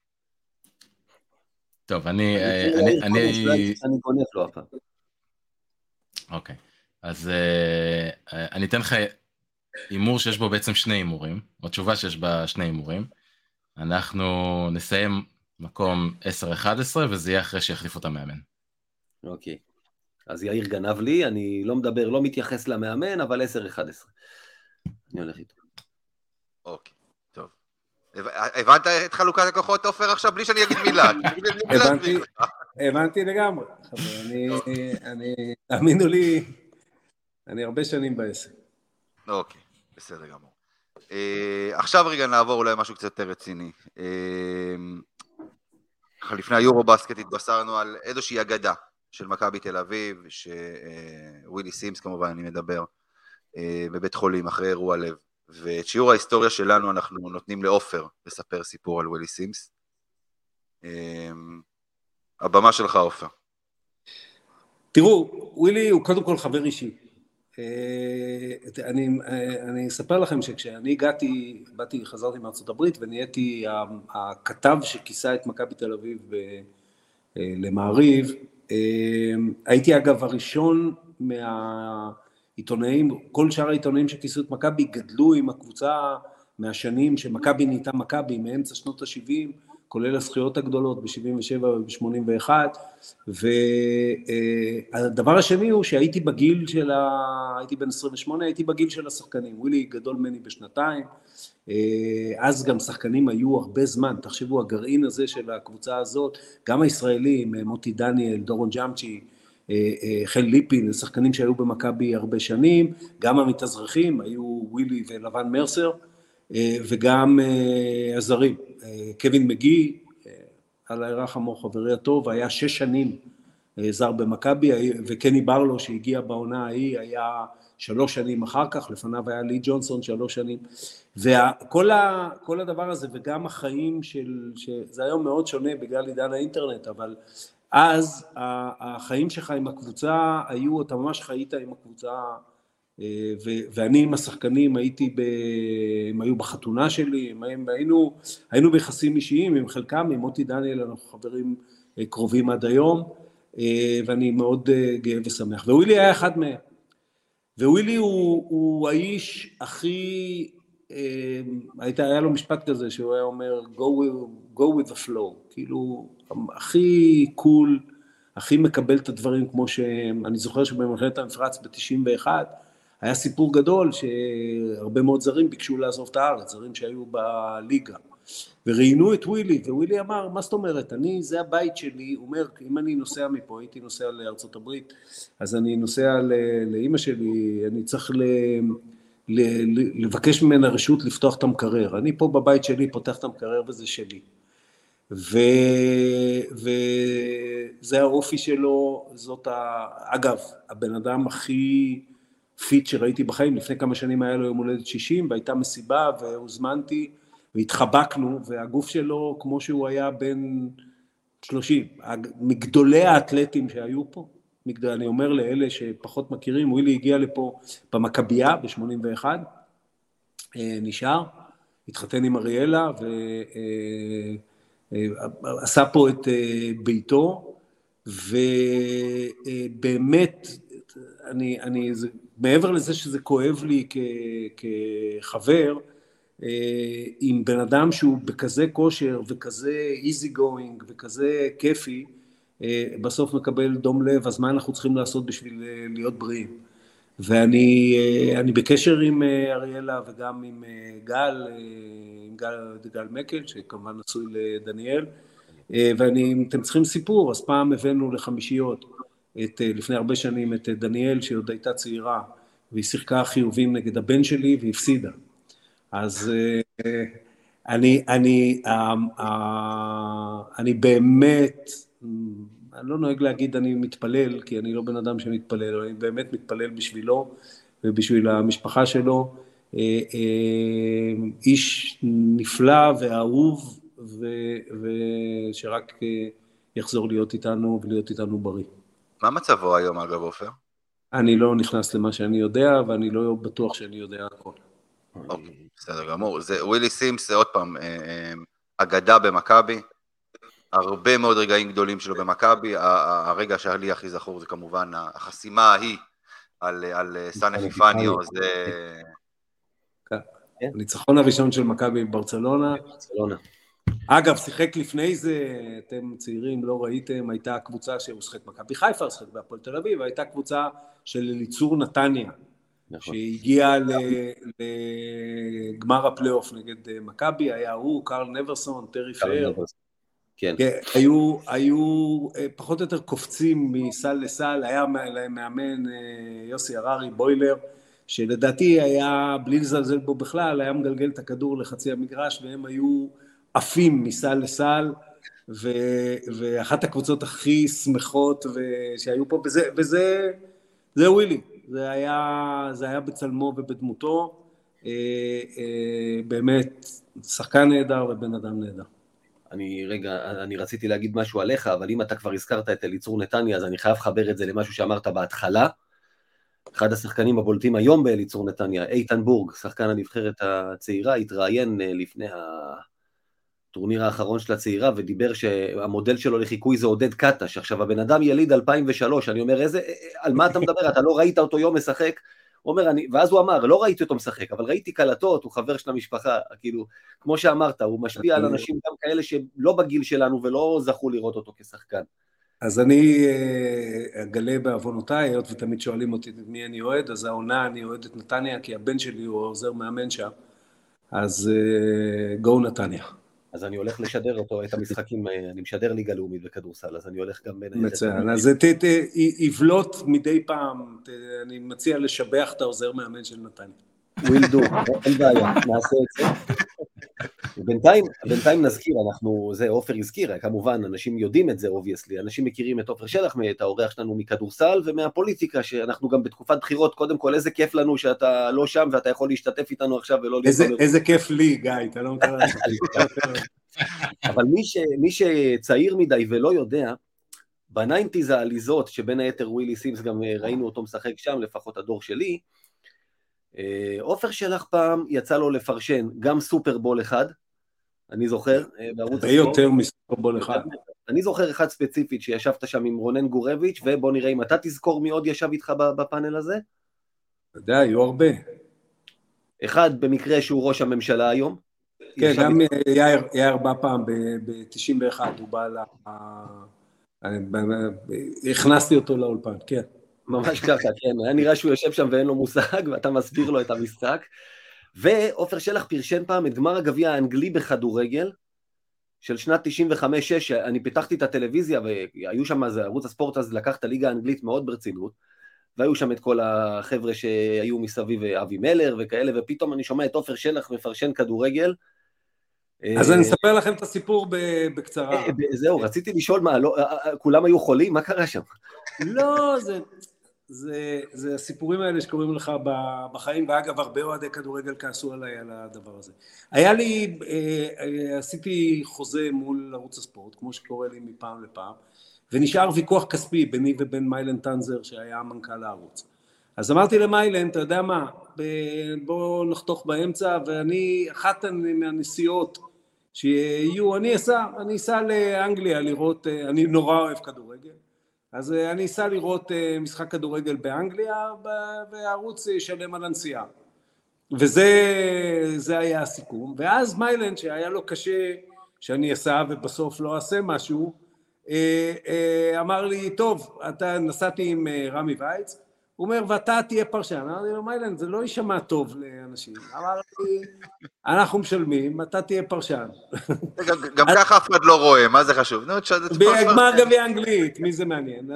טוב, אני גונף לו הפעם. אוקיי. אז אני אתן לך אימור שיש בו בעצם 2 אימורים, או תשובה שיש בה 2 אימורים. אנחנו נסיים מקום 10-11, וזה יהיה אחרי שיחליף אותה מאמן. אוקיי. אז יאיר גנב לי, אני לא מדבר, לא מתייחס למאמן, אבל 10-11. אני הולך איתו. אוקיי, טוב. הבנת את חלוקת הכוחות, עופר, עכשיו בלי שאני אגיד מילה? הבנתי לגמרי. תאמינו לי, אני הרבה שנים בעסק. אוקיי, בסדר גמור. עכשיו רגע נעבור אולי משהו קצת יותר רציני. לפני היורו-בסקט התבשרנו על איזושהי אגדה של מכבי תל אביב, שווילי סימס כמובן אני מדבר, בבית חולים אחרי אירוע לב. ואת שיעור ההיסטוריה שלנו אנחנו נותנים לעופר לספר סיפור על ווילי סימס. הבמה שלך, עופר. תראו, ווילי הוא קודם כל חבר אישי. אני אספר לכם שכשאני חזרתי מארצות הברית ונהייתי הכתב שכיסה את מכבי תל אביב למעריב, הייתי אגב הראשון מהעיתונאים, כל שאר העיתונאים שכיסו את מכבי גדלו עם הקבוצה מהשנים שמכבי נהייתה מכבי, מאמצע שנות ה-70, כולל הזכיות הגדולות ב-77 וב-81, והדבר השני הוא שהייתי בגיל הייתי בן 28, הייתי בגיל של השחקנים, ווילי גדול ממני בשנתיים, אז גם שחקנים היו הרבה זמן, תחשבו הגרעין הזה של הקבוצה הזאת, גם הישראלים, מוטי דניאל, דורון ג'אמצ'י, חן ליפין, שחקנים שהיו במכבי הרבה שנים, גם המתאזרחים, היו ווילי ולבן מרסר, וגם הזרים, קווין מגי, על הירח עמו חברי הטוב, היה 6 שנים זר במכבי, וקני ברלו שהגיע בעונה ההיא, היה 3 שנים אחר כך, לפניו היה לי ג'ונסון 3 שנים, וכל הדבר הזה, וגם החיים זה היום מאוד שונה בגלל עידן האינטרנט, אבל אז החיים שלך עם הקבוצה היו, אתה ממש חיית עם הקבוצה, ואני עם השחקנים הם היו בחתונה שלי, היינו ביחסים אישיים עם חלקם, עם מוטי דניאל, אנחנו חברים קרובים עד היום, ואני מאוד גאה ושמח, ווילי היה אחד מהם, ווילי הוא האיש הכי, היה לו משפט כזה שהוא היה אומר, go with the flow, כאילו הכי קול, הכי מקבל את הדברים כמו שהם, אני זוכר שבמלחמת המפרץ ב-91, היה סיפור גדול שהרבה מאוד זרים ביקשו לעזוב את הארץ, זרים שהיו בליגה, וראיינו את ווילי, ווילי אמר, מה זאת אומרת, זה הבית שלי, הוא אומר, אם אני נוסע מפה, הייתי נוסע לארצות הברית, אז אני נוסע לאמא שלי, אני צריך לבקש ממנה רשות לפתוח את המקרר, אני פה בבית שלי פותח את המקרר וזה שלי, וזה האופי שלו, אגב, הבן אדם הכי פיט שראיתי בחיים, לפני כמה שנים היה לו יום הולדת 60, והייתה מסיבה והוזמנתי, והתחבקנו, והגוף שלו כמו שהוא היה בן 30, מגדולי האתלטים שהיו פה, אני אומר לאלה שפחות מכירים, ווילי הגיע לפה במכבייה ב-81, נשאר, התחתן עם אריאלה, ועשה פה את ביתו, ובאמת, מעבר לזה שזה כואב לי כחבר, עם בן אדם שהוא בכזה כושר וכזה easy going וכזה כיפי, בסוף מקבל דום לב, אז מה אנחנו צריכים לעשות בשביל להיות בריאים? ואני בקשר עם אריאלה וגם עם גל מקל, שכמובן נשוי לדניאל, ואתם צריכים סיפור, אז פעם הבאנו לחמישיות, לפני הרבה שנים, את דניאל, שעוד הייתה צעירה, והיא שיחקה חיובים נגד הבן שלי, והפסידה. אז אני באמת, אני לא נוהג להגיד אני מתפלל, כי אני לא בן אדם שמתפלל, אבל אני באמת מתפלל בשבילו, ובשביל המשפחה שלו, איש נפלא ואהוב, ושרק יחזור להיות איתנו, ולהיות איתנו בריא. מה מצבו היום, אגב, עופר? אני לא נכנס למה שאני יודע, ואני לא בטוח שאני יודע הכל. בסדר גמור, ווילי סימס, עוד פעם, אגדה במכבי, הרבה מאוד רגעים גדולים שלו במכבי, הרגע שלי הכי זכור זה כמובן החסימה ההיא על סן אפיפניו, זה... הניצחון הראשון של מכבי בברצלונה. אגב, שיחק לפני זה, אתם צעירים לא ראיתם, הייתה קבוצה שהוא שיחק מכבי חיפה, שיחק בהפועל תל אביב, והייתה קבוצה של אליצור נתניה, שהגיעה לגמר הפלייאוף נגד מכבי, היה הוא, קרל נברסון, טרי פאר, היו פחות או יותר קופצים מסל לסל, היה להם מאמן יוסי הררי בוילר, שלדעתי היה, בלי לזלזל בו בכלל, היה מגלגל את הכדור לחצי המגרש, והם היו עפים מסל לסל, ואחת הקבוצות הכי שמחות שהיו פה, וזה ווילי, זה היה בצלמו ובדמותו, באמת שחקן נהדר ובן אדם נהדר. אני רציתי להגיד משהו עליך, אבל אם אתה כבר הזכרת את אליצור נתניה, אז אני חייב לחבר את זה למשהו שאמרת בהתחלה. אחד השחקנים הבולטים היום באליצור נתניה, איתן בורג, שחקן הנבחרת הצעירה, התראיין לפני הטורניר האחרון של הצעירה, ודיבר שהמודל שלו לחיקוי זה עודד קטש. עכשיו, הבן אדם יליד 2003, אני אומר, על מה אתה מדבר? אתה לא ראית אותו יום משחק? ואז הוא אמר, לא ראיתי אותו משחק, אבל ראיתי קלטות, הוא חבר של המשפחה, כאילו, כמו שאמרת, הוא משפיע על אנשים גם כאלה שלא בגיל שלנו, ולא זכו לראות אותו כשחקן. אז אני אגלה בעוונותיי, היות ותמיד שואלים אותי מי אני אוהד, אז העונה אני אוהד את נתניה, כי הבן שלי הוא עוזר מאמן שם, אז גו נתניה. אז אני הולך לשדר אותו, את המשחקים, אני משדר ליגה לאומית בכדורסל, אז אני הולך גם בין... מצוין, אז יבלוט מדי פעם, אני מציע לשבח את העוזר מאמן של נתניה. וויל דו, אין בעיה, נעשה את זה. בינתיים נזכיר, זה עופר הזכיר, כמובן, אנשים יודעים את זה, obviously, אנשים מכירים את עופר שלח, את האורח שלנו מכדורסל ומהפוליטיקה, שאנחנו גם בתקופת בחירות, קודם כל, איזה כיף לנו שאתה לא שם, ואתה יכול להשתתף איתנו עכשיו ולא... איזה כיף לי, גיא, אתה לא מקרא לעשות לי. אבל מי שצעיר מדי ולא יודע, בניינטיז העליזות, שבין היתר ווילי סימס, גם ראינו אותו משחק שם, לפחות הדור שלי, עופר שלח פעם יצא לו לפרשן גם סופרבול אחד, אני זוכר, בערוץ הספורט. יותר מסופרבול אחד. אני זוכר אחד ספציפית שישבת שם עם רונן גורביץ', ובוא נראה אם אתה תזכור מי עוד ישב איתך בפאנל הזה. אתה יודע, היו הרבה. אחד במקרה שהוא ראש הממשלה היום. כן, גם יאיר בא פעם ב-91, הוא בא הכנסתי אותו לאולפן, כן. ממש ככה, כן, היה נראה שהוא יושב שם ואין לו מושג, ואתה מסביר לו את המשחק, ועופר שלח פרשן פעם את גמר הגביע האנגלי בכדורגל, של שנת 95-6, אני פיתחתי את הטלוויזיה, והיו שם, אז ערוץ הספורט אז לקח את הליגה האנגלית מאוד ברצינות, והיו שם את כל החבר'ה שהיו מסביב, אבי מלר וכאלה, ופתאום אני שומע את עופר שלח מפרשן כדורגל, אז אני אספר לכם את הסיפור בקצרה. זהו, רציתי לשאול מה, כולם היו חולים? מה קרה שם? לא, זה הסיפורים האלה שקוראים לך בחיים, ואגב, הרבה אוהדי כדורגל כעסו עליי על הדבר הזה. עשיתי חוזה מול ערוץ הספורט, כמו שקורה לי מפעם לפעם, ונשאר ויכוח כספי ביני ובין מיילן טנזר, שהיה מנכ"ל הערוץ. אז אמרתי למיילן, אתה יודע מה, בוא נחתוך באמצע, ואני, אחת מהנסיעות שיהיו, אני אסע לאנגליה לראות, אני נורא אוהב כדורגל, אז אני אסע לראות משחק כדורגל באנגליה, והערוץ ישלם על הנסיעה. וזה היה הסיכום. ואז מיילן, שהיה לו קשה שאני אסע ובסוף לא אעשה משהו, אמר לי, טוב, נסעתי עם רמי וייץ, הוא אומר, ואתה תהיה פרשן. אמרתי לו, מיילן, זה לא יישמע טוב לאנשים. אמר לי, אנחנו משלמים, אתה תהיה פרשן. גם ככה אף אחד לא רואה, מה זה חשוב? בגמר גביע אנגלית, מי זה מעניין?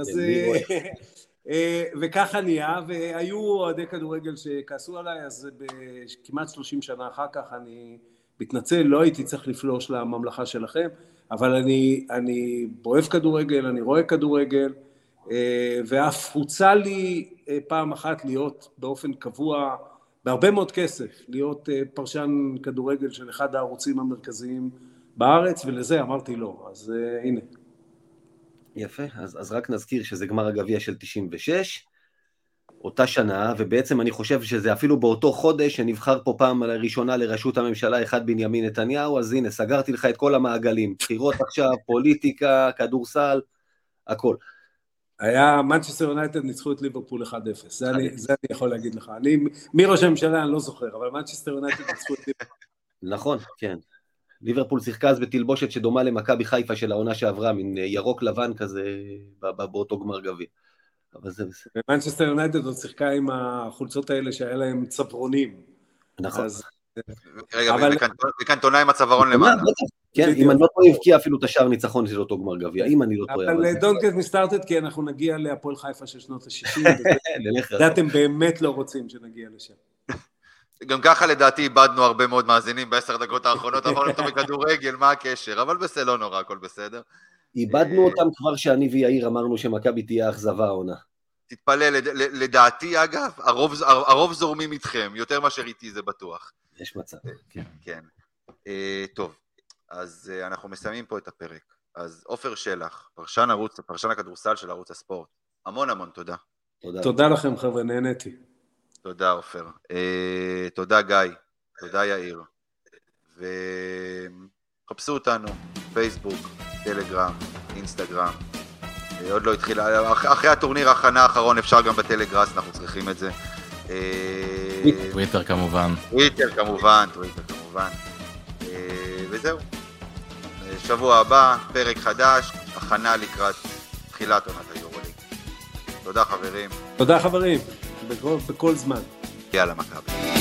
וככה נהיה, והיו אוהדי כדורגל שכעסו עליי, אז כמעט 30 שנה אחר כך אני מתנצל, לא הייתי צריך לפלוש לממלכה שלכם, אבל אני אוהב כדורגל, אני רואה כדורגל, ואף הוצע לי פעם אחת להיות באופן קבוע, בהרבה מאוד כסף, להיות פרשן כדורגל של אחד הערוצים המרכזיים בארץ, ולזה אמרתי לא, אז הנה. יפה, אז רק נזכיר שזה גמר הגביע של 96, אותה שנה, ובעצם אני חושב שזה אפילו באותו חודש, שנבחר פה פעם ראשונה לראשות הממשלה, אחד בנימין נתניהו, אז הנה, סגרתי לך את כל המעגלים, בחירות עכשיו, פוליטיקה, כדורסל, הכל. היה מנצ'סטר יונייטד ניצחו את ליברפול 1-0, זה אני יכול להגיד לך, מראש הממשלה אני לא זוכר, אבל מנצ'סטר יונייטד ניצחו את ליברפול. נכון, כן. ליברפול שיחקה אז בתלבושת שדומה למכבי חיפה של העונה שעברה, מין ירוק לבן כזה באותו גמר גביע. אבל זה בסדר. ומנצ'סטר יונייטד עוד שיחקה עם החולצות האלה שהיה להם צוורונים. נכון. רגע, וקנטונה עם הצווארון למעלה. כן, אם אני לא טועה הבקיע אפילו את השער ניצחון של אותו גמר גביע, אם אני לא טועה. אבל don't get me started, כי אנחנו נגיע להפועל חיפה של שנות ה-60, ואתם באמת לא רוצים שנגיע לשם. גם ככה לדעתי איבדנו הרבה מאוד מאזינים ב10 דקות האחרונות, אבל אותו בכדורגל, מה הקשר? אבל בסדר, לא נורא, הכל בסדר. איבדנו אותם כבר שאני ויאיר אמרנו שמכבי תהיה אכזבה העונה. תתפלא, לדעתי אגב, הרוב זורמים איתכם, יותר מאשר איתי זה בטוח. יש מצב. כן. טוב, אז אנחנו מסיימים פה את הפרק. אז עופר שלח, פרשן הכדורסל של ערוץ הספורט. המון תודה. תודה לכם חבר'ה, נהניתי. תודה עופר. תודה גיא. תודה יאיר. וחפשו אותנו, פייסבוק, טלגרם, אינסטגרם. עוד לא התחיל, אחרי הטורניר ההכנה האחרון אפשר גם בטלגראס, אנחנו צריכים את זה. טוויטר כמובן. טוויטר כמובן. וזהו. שבוע הבא, פרק חדש, הכנה לקראת תחילת עונת היורוליג. תודה חברים. תודה חברים, בכל זמן. יאללה מכבי.